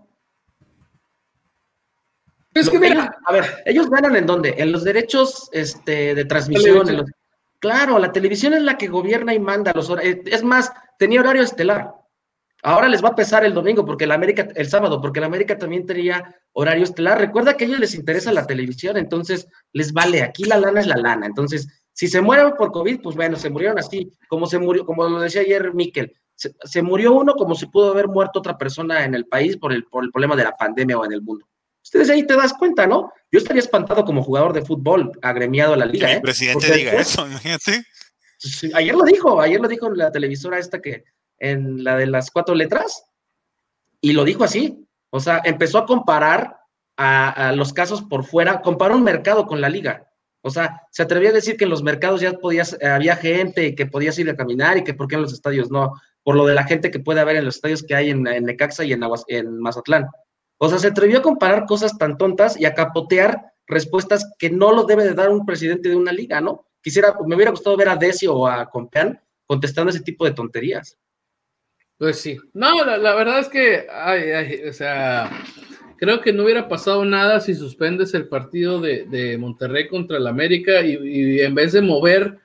Es que mira, a ver, ellos ganan ¿en dónde? En los derechos de transmisión. Claro, la televisión es la que gobierna y manda los horarios. Es más, tenía horario estelar. Ahora les va a pesar el domingo, el sábado, porque el América también tenía horario estelar. Recuerda que a ellos les interesa la televisión, entonces les vale. Aquí la lana es la lana. Entonces, si se mueren por COVID, pues bueno, se murieron así, como lo decía ayer Miquel. Se murió uno como si pudo haber muerto otra persona en el país por el problema de la pandemia o en el mundo. Ustedes ahí te das cuenta, ¿no? Yo estaría espantado como jugador de fútbol agremiado a la liga. Que el presidente diga eso, imagínate. Ayer lo dijo en la televisora esta en la de las 4 letras, y lo dijo así. O sea, empezó a comparar a los casos por fuera, comparó un mercado con la liga. O sea, se atrevió a decir que en los mercados ya había gente que podías ir a caminar y que por qué en los estadios no, por lo de la gente que puede haber en los estadios que hay en Necaxa y en Mazatlán. O sea, se atrevió a comparar cosas tan tontas y a capotear respuestas que no lo debe de dar un presidente de una liga, ¿no? Me hubiera gustado ver a Decio o a Compeán contestando ese tipo de tonterías. Pues sí. No, la verdad es que, o sea, creo que no hubiera pasado nada si suspendes el partido de Monterrey contra el América y en vez de mover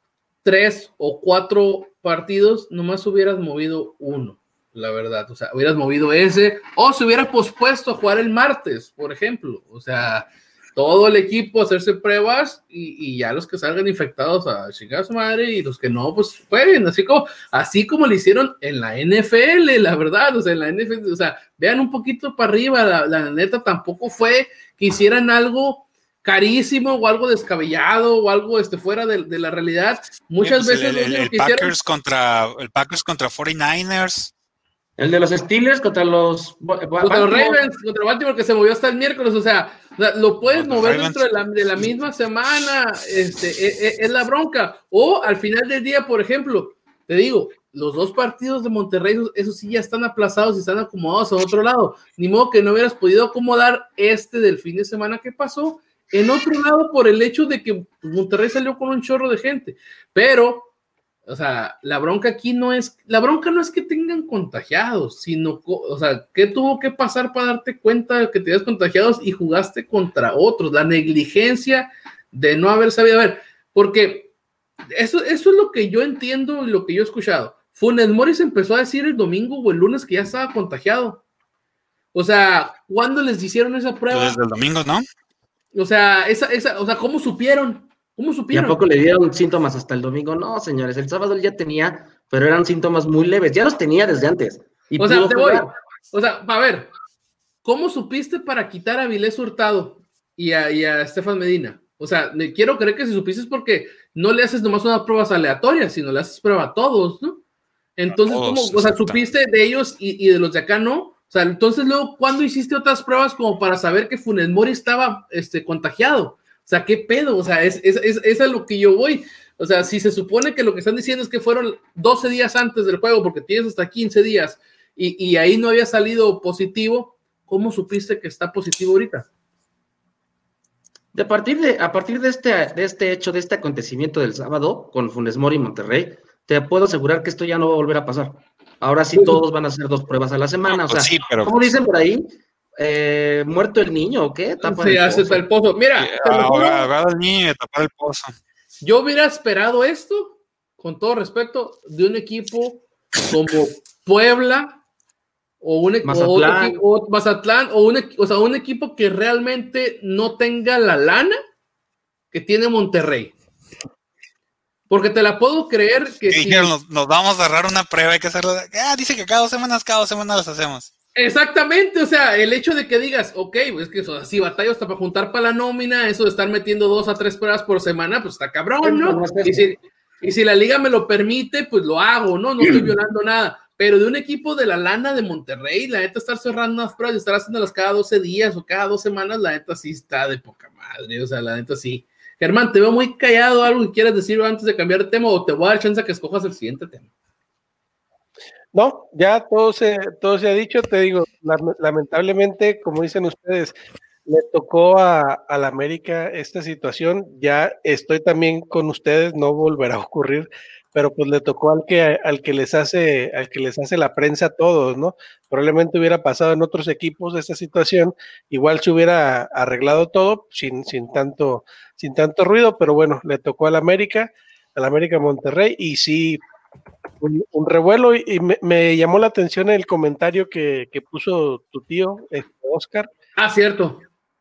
3 o 4 partidos, nomás hubieras movido uno. La verdad, o sea, hubieras movido ese, o se hubiera pospuesto a jugar el martes, por ejemplo, o sea, todo el equipo hacerse pruebas y ya los que salgan infectados a chingar a su madre y los que no, pues jueguen, así como lo hicieron en la NFL, la verdad, o sea, en la NFL, o sea, vean un poquito para arriba, la neta tampoco fue que hicieran algo carísimo o algo descabellado o algo fuera de la realidad, muchas veces el Packers contra 49ers. El de los Steelers contra los Ravens, contra Baltimore, que se movió hasta el miércoles, o sea, lo puedes mover dentro de la misma semana, es la bronca, o al final del día, por ejemplo, te digo, los 2 partidos de Monterrey, esos sí ya están aplazados y están acomodados a otro lado, ni modo que no hubieras podido acomodar del fin de semana que pasó, en otro lado por el hecho de que Monterrey salió con un chorro de gente, pero o sea, la bronca no es que tengan contagiados, sino, o sea, ¿qué tuvo que pasar para darte cuenta de que tenías contagiados y jugaste contra otros? La negligencia de no haber sabido, a ver, porque eso es lo que yo entiendo y lo que yo he escuchado. Funes Mori empezó a decir el domingo o el lunes que ya estaba contagiado. O sea, ¿cuándo les hicieron esa prueba? Desde el domingo, ¿no? O sea, o sea, ¿cómo supieron? ¿Y a poco le dieron síntomas hasta el domingo? No, señores, el sábado él ya tenía, pero eran síntomas muy leves, ya los tenía desde antes. O sea, a ver, ¿cómo supiste para quitar a Avilés Hurtado y a Estefan Medina? O sea, quiero creer que si supiste es porque no le haces nomás unas pruebas aleatorias, sino le haces prueba a todos, ¿no? Entonces, ¿cómo? O sea, supiste de ellos y de los de acá no. O sea, entonces luego, ¿cuándo hiciste otras pruebas como para saber que Funes Mori estaba contagiado? O sea, ¿qué pedo? O sea, es a lo que yo voy. O sea, si se supone que lo que están diciendo es que fueron 12 días antes del juego, porque tienes hasta 15 días, y ahí no había salido positivo, ¿cómo supiste que está positivo ahorita? A partir de este hecho, de este acontecimiento del sábado con Funes Mori y Monterrey, te puedo asegurar que esto ya no va a volver a pasar. Ahora sí todos van a hacer 2 pruebas a la semana. O sea, sí, pero ¿cómo dicen por ahí? ¿Muerto el niño o qué? Sí, hace el pozo. Mira, ahogado el niño y tapar el pozo. Yo hubiera esperado esto, con todo respeto, de un equipo como Puebla o un Mazatlán o un equipo que realmente no tenga la lana que tiene Monterrey. Porque te la puedo creer que si nos vamos a agarrar una prueba, hay que hacerlo. Dice que cada 2 semanas las hacemos. Exactamente, o sea, el hecho de que digas, ok, es que eso, así batallo hasta para juntar para la nómina, eso de estar metiendo 2 a 3 pruebas por semana, pues está cabrón, ¿no? Y si la liga me lo permite, pues lo hago, ¿no? No estoy violando nada. Pero de un equipo de la lana de Monterrey, la neta estar cerrando unas pruebas y estar haciéndolas cada 12 días o cada 2 semanas, la neta sí está de poca madre, o sea, la neta sí. Germán, te veo muy callado, algo que quieras decir antes de cambiar de tema o te voy a dar chance a que escojas el siguiente tema. No, ya todo se ha dicho, te digo, lamentablemente, como dicen ustedes, le tocó a la América esta situación, ya estoy también con ustedes, no volverá a ocurrir, pero pues le tocó al que les hace la prensa a todos, ¿no? Probablemente hubiera pasado en otros equipos esta situación, igual se hubiera arreglado todo sin tanto ruido, pero bueno, le tocó al América Monterrey, y sí, un revuelo, y me llamó la atención el comentario que puso tu tío, Oscar. Ah, cierto.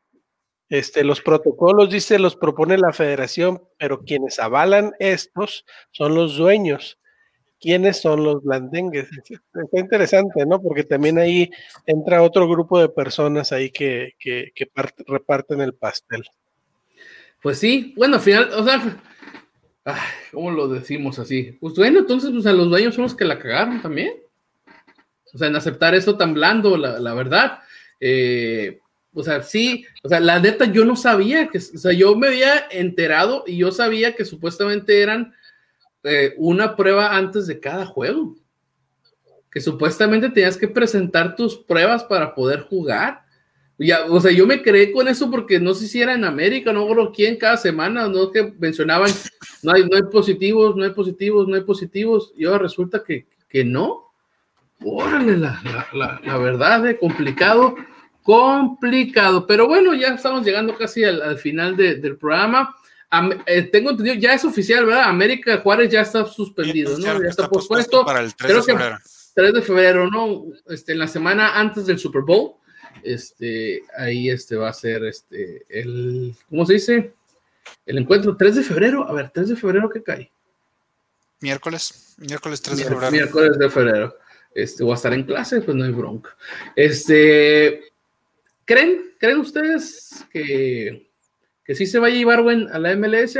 Los protocolos, dice, los propone la federación, pero quienes avalan estos son los dueños. ¿Quiénes son los blandengues? Está interesante, ¿no? Porque también ahí entra otro grupo de personas ahí que reparten el pastel. Pues sí, bueno, al final, o sea, ¿cómo lo decimos así? Pues bueno, entonces, pues a los dueños son los que la cagaron también. O sea, en aceptar eso tan blando, la verdad. O sea, sí, o sea, la neta yo no sabía o sea, yo me había enterado y yo sabía que supuestamente eran una prueba antes de cada juego. Que supuestamente tenías que presentar tus pruebas para poder jugar. Ya, o sea, yo me creé con eso porque no sé si era en América, no recuerdo quién cada semana, no que mencionaban, no hay positivos, no hay positivos, no hay positivos, y ahora resulta que no. Órale, la verdad, complicado, pero bueno, ya estamos llegando casi al final del programa. Tengo entendido, ya es oficial, ¿verdad? América Juárez ya está suspendido, ¿no? Ya está pospuesto para el 3 de febrero. 3 de febrero, ¿no? En la semana antes del Super Bowl. Ahí va a ser el, ¿cómo se dice? El encuentro 3 de febrero. A ver, 3 de febrero, ¿qué cae? Miércoles 3 de febrero. Miércoles de febrero. Voy a estar en clase, pues no hay bronca. ¿Creen ustedes que sí se vaya Ibargüen a la MLS?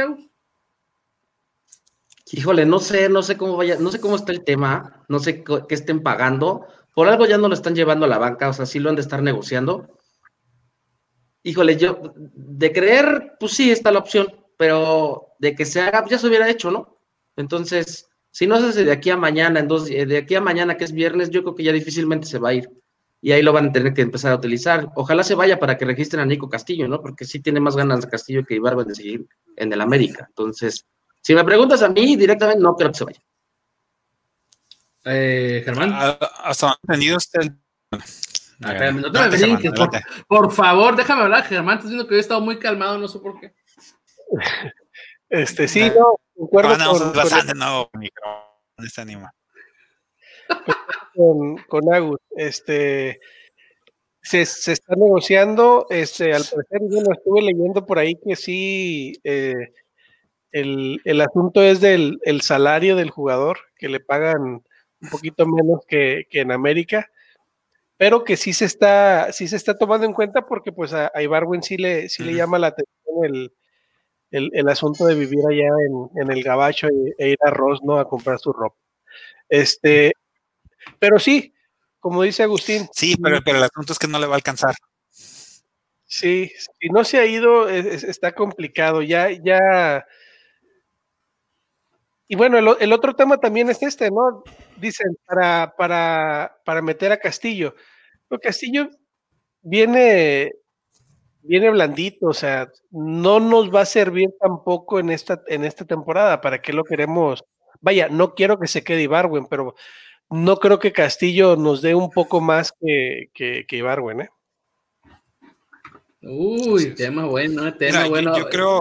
Híjole, no sé cómo vaya, no sé cómo está el tema, no sé qué estén pagando. Por algo ya no lo están llevando a la banca, o sea, sí lo han de estar negociando. Híjole, yo, de creer, pues sí está la opción, pero de que se haga, ya se hubiera hecho, ¿no? Entonces, si no se hace de aquí a mañana, de aquí a mañana, que es viernes, yo creo que ya difícilmente se va a ir. Y ahí lo van a tener que empezar a utilizar. Ojalá se vaya para que registren a Nico Castillo, ¿no? Porque sí tiene más ganas de Castillo que Ibargüen de seguir en el América. Entonces, si me preguntas a mí directamente, no creo que se vaya. Germán. Hasta entendido usted. No te me brinques, por favor, déjame hablar, Germán. Estás diciendo que he estado muy calmado, no sé por qué. Sí, no, concuerdo con Agus. Se está negociando, al parecer, bueno, estuve leyendo por ahí que sí, el asunto es del salario del jugador, que le pagan un poquito menos que en América, pero que sí se está tomando en cuenta porque pues a Ibargüen sí le llama la atención el asunto de vivir allá en el Gabacho e ir a Ross, ¿no? A comprar su ropa. Pero sí, como dice Agustín. Sí, pero el asunto es que no le va a alcanzar. Sí, si no se ha ido, está complicado. Ya. Y bueno, el otro tema también es ¿no? Dicen, para meter a Castillo. Pero Castillo viene blandito, o sea, no nos va a servir tampoco en esta temporada. ¿Para qué lo queremos? Vaya, no quiero que se quede Ibargüen, pero no creo que Castillo nos dé un poco más que Ibargüen, ¿eh? Uy, tema bueno, bueno.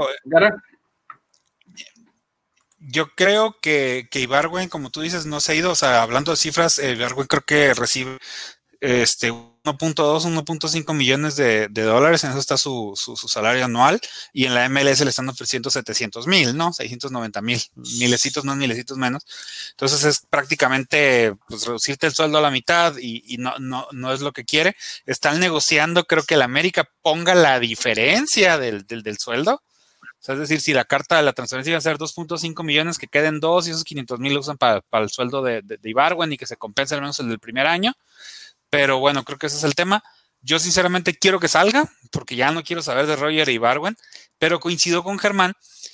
Yo creo que Ibargüen, como tú dices, no se ha ido. O sea, hablando de cifras, Ibargüen creo que recibe 1.2, 1.5 millones de dólares, en eso está su salario anual, y en la MLS le están ofreciendo 700,000, ¿no? 690,000, milecitos más, milecitos menos. Entonces es prácticamente pues, reducirte el sueldo a la mitad y no es lo que quiere. Están negociando, creo que el América ponga la diferencia del sueldo. O sea, es decir, si la carta de la transferencia iba a ser 2.5 millones, que queden 2 y esos 500,000 lo usan para el sueldo de Ibargüen y que se compense al menos el del primer año. Pero bueno, creo que ese es el tema. Yo sinceramente quiero que salga, porque ya no quiero saber de Roger Ibargüen, pero coincido con Germán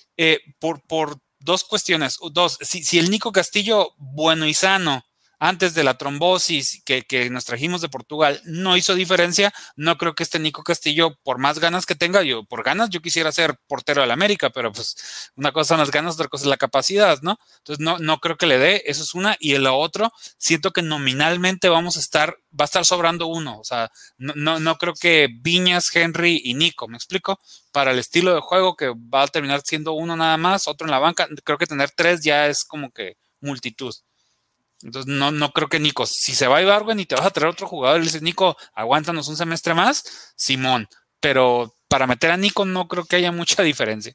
por dos cuestiones. Dos, si el Nico Castillo, bueno y sano, antes de la trombosis que nos trajimos de Portugal, no hizo diferencia, no creo que este Nico Castillo, por más ganas que tenga, yo quisiera ser portero del América, pero pues una cosa son las ganas, otra cosa es la capacidad, ¿no? Entonces no creo que le dé, eso es una, y lo otro, siento que nominalmente va a estar sobrando uno, o sea, no creo que Viñas, Henry y Nico, ¿me explico? Para el estilo de juego que va a terminar siendo uno nada más, otro en la banca, creo que tener 3 ya es como que multitud. Entonces no creo que Nico, si se va a Ibargüen y te vas a traer otro jugador y le dices, Nico, aguántanos un semestre más, Simón, pero para meter a Nico no creo que haya mucha diferencia.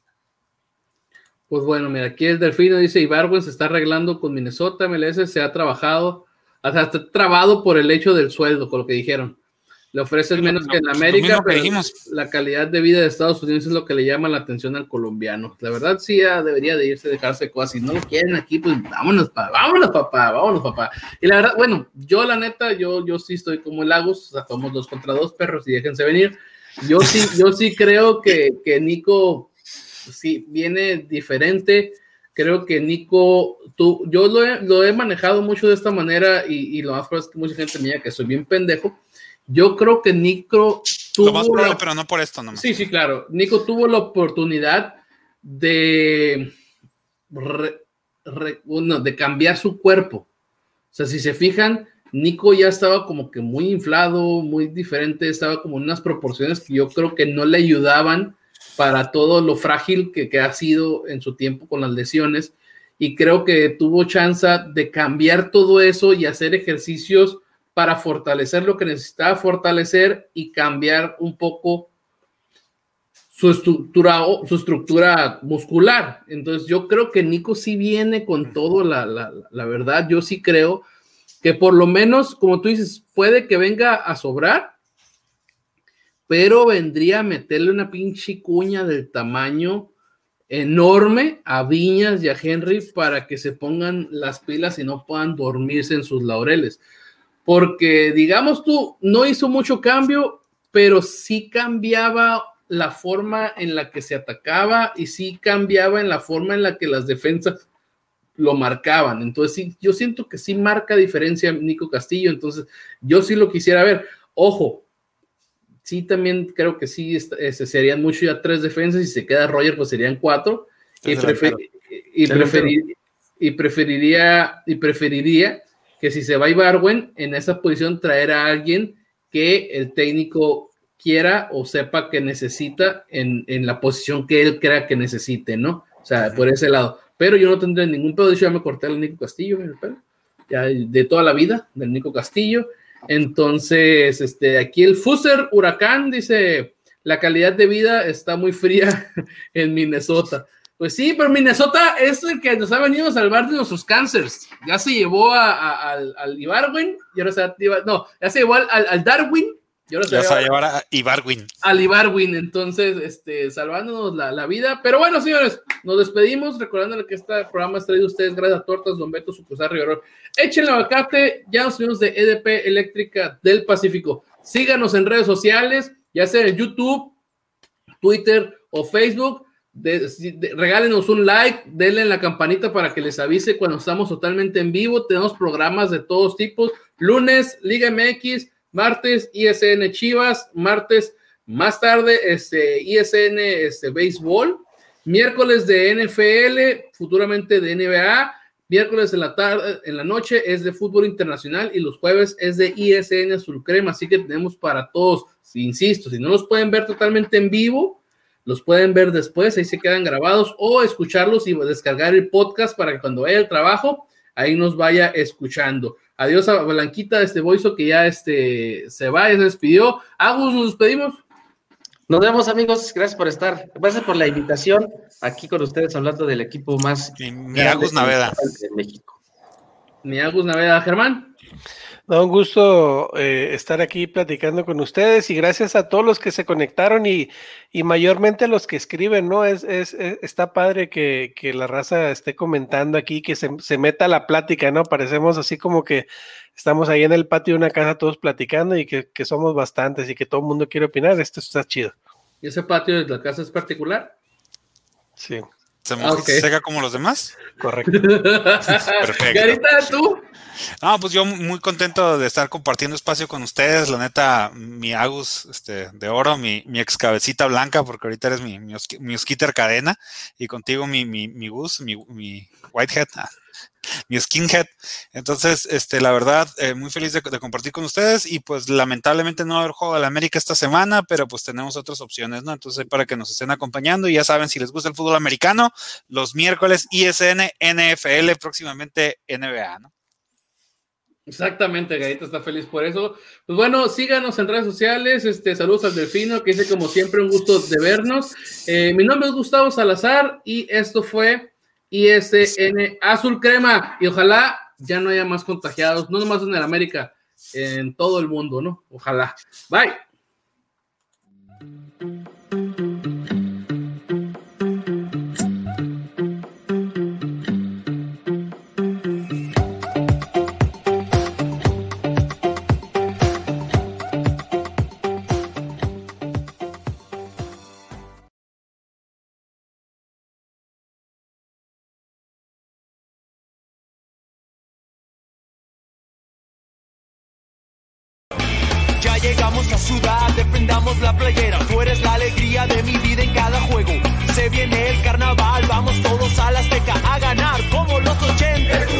Pues bueno, mira, aquí el Delfino dice, Ibargüen se está arreglando con Minnesota, MLS se ha trabajado, hasta está trabado por el hecho del sueldo, con lo que dijeron. Le ofrecen menos que en América, pero la calidad de vida de Estados Unidos es lo que le llama la atención al colombiano. La verdad sí debería de irse, dejarse cosas. Si no lo quieren aquí, pues vámonos papá. Y la verdad, bueno, yo la neta, yo sí estoy como el Agus, o sea, somos 2 contra 2 perros y déjense venir. Yo sí creo que Nico sí viene diferente. Creo que Nico, yo lo he manejado mucho de esta manera y lo más probable es que mucha gente me diga que soy bien pendejo. Yo creo que Nico tuvo... Lo más probable, pero no por esto nomás. Sí, claro. Nico tuvo la oportunidad de cambiar su cuerpo. O sea, si se fijan, Nico ya estaba como que muy inflado, muy diferente, estaba como en unas proporciones que yo creo que no le ayudaban para todo lo frágil que ha sido en su tiempo con las lesiones. Y creo que tuvo chance de cambiar todo eso y hacer ejercicios para fortalecer lo que necesitaba fortalecer y cambiar un poco su estructura muscular. Entonces yo creo que Nico sí viene con todo, la verdad, yo sí creo que por lo menos, como tú dices, puede que venga a sobrar, pero vendría a meterle una pinche cuña del tamaño enorme a Viñas y a Henry para que se pongan las pilas y no puedan dormirse en sus laureles. Porque, digamos tú, no hizo mucho cambio, pero sí cambiaba la forma en la que se atacaba y sí cambiaba en la forma en la que las defensas lo marcaban. Entonces, sí, yo siento que sí marca diferencia Nico Castillo, entonces yo sí lo quisiera ver. Ojo, sí también creo que sí serían mucho ya 3 defensas y si se queda Roger, pues serían 4. Y preferiría que si se va Ibargüen, en esa posición traer a alguien que el técnico quiera o sepa que necesita en la posición que él crea que necesite, ¿no? O sea, por ese lado. Pero yo no tendré ningún pedo, de hecho ya me corté al Nico Castillo en el pelo, ya de toda la vida, del Nico Castillo. Entonces, aquí el Fuser Huracán dice, la calidad de vida está muy fría en Minnesota. Pues sí, pero Minnesota es el que nos ha venido a salvar de nuestros cánceres. Ya se llevó al Ibargüen, y ahora ya se llevó al Darwin, y ahora se va a llevar a Ibargüen. Al Ibargüen, entonces, salvándonos la vida. Pero bueno, señores, nos despedimos, recordándole que este programa es traído a ustedes gracias a Tortas Don Beto, Sucursal Riverol. Échenle aguacate, ya nos subimos de EDP Eléctrica del Pacífico. Síganos en redes sociales, ya sea en YouTube, Twitter o Facebook. Regálenos un like, denle en la campanita para que les avise cuando estamos totalmente en vivo. Tenemos programas de todos tipos: lunes Liga MX, martes ISN Chivas, martes más tarde ISN béisbol, miércoles de NFL, futuramente de NBA, miércoles en la tarde, en la noche es de fútbol internacional y los jueves es de ISN Azul Crema. Así que tenemos para todos. Insisto, si no los pueden ver totalmente en vivo, los pueden ver después, ahí se quedan grabados, o escucharlos y descargar el podcast para que cuando vaya al trabajo, ahí nos vaya escuchando. Adiós a Blanquita Boiso, que ya se va, ya se despidió. Agus, nos despedimos. Nos vemos, amigos, gracias por estar, gracias por la invitación, aquí con ustedes hablando del equipo más mi Agus Naveda de México. Mi Agus Naveda. Germán. Un gusto estar aquí platicando con ustedes y gracias a todos los que se conectaron y mayormente a los que escriben, ¿no? Está padre que la raza esté comentando aquí, que se meta a la plática, ¿no? Parecemos así como que estamos ahí en el patio de una casa todos platicando y que somos bastantes y que todo el mundo quiere opinar. Esto está chido. ¿Y ese patio de la casa es particular? Sí. ¿Se moja y se seca como los demás? Correcto. Perfecto. Garita, ¿tú? No, pues yo muy contento de estar compartiendo espacio con ustedes. La neta, mi Agus de oro, mi ex cabecita blanca, porque ahorita eres mi Osquiter cadena, y contigo mi Gus, mi Whitehead, mi skinhead. Entonces, la verdad, muy feliz de compartir con ustedes, y pues lamentablemente no va a haber juego de la América esta semana, pero pues tenemos otras opciones, ¿no? Entonces, para que nos estén acompañando, y ya saben, si les gusta el fútbol americano, los miércoles ISN, NFL, próximamente NBA, ¿no? Exactamente, Garita está feliz por eso. Pues bueno, síganos en redes sociales, saludos al Delfino, que dice como siempre un gusto de vernos. Mi nombre es Gustavo Salazar y esto fue ISN Azul Crema, y ojalá ya no haya más contagiados, no nomás en el América, en todo el mundo, ¿no? Ojalá. Bye. Llegamos a sudar, defendamos la playera. Tú eres la alegría de mi vida en cada juego. Se viene el carnaval, vamos todos a la Azteca a ganar como los 80.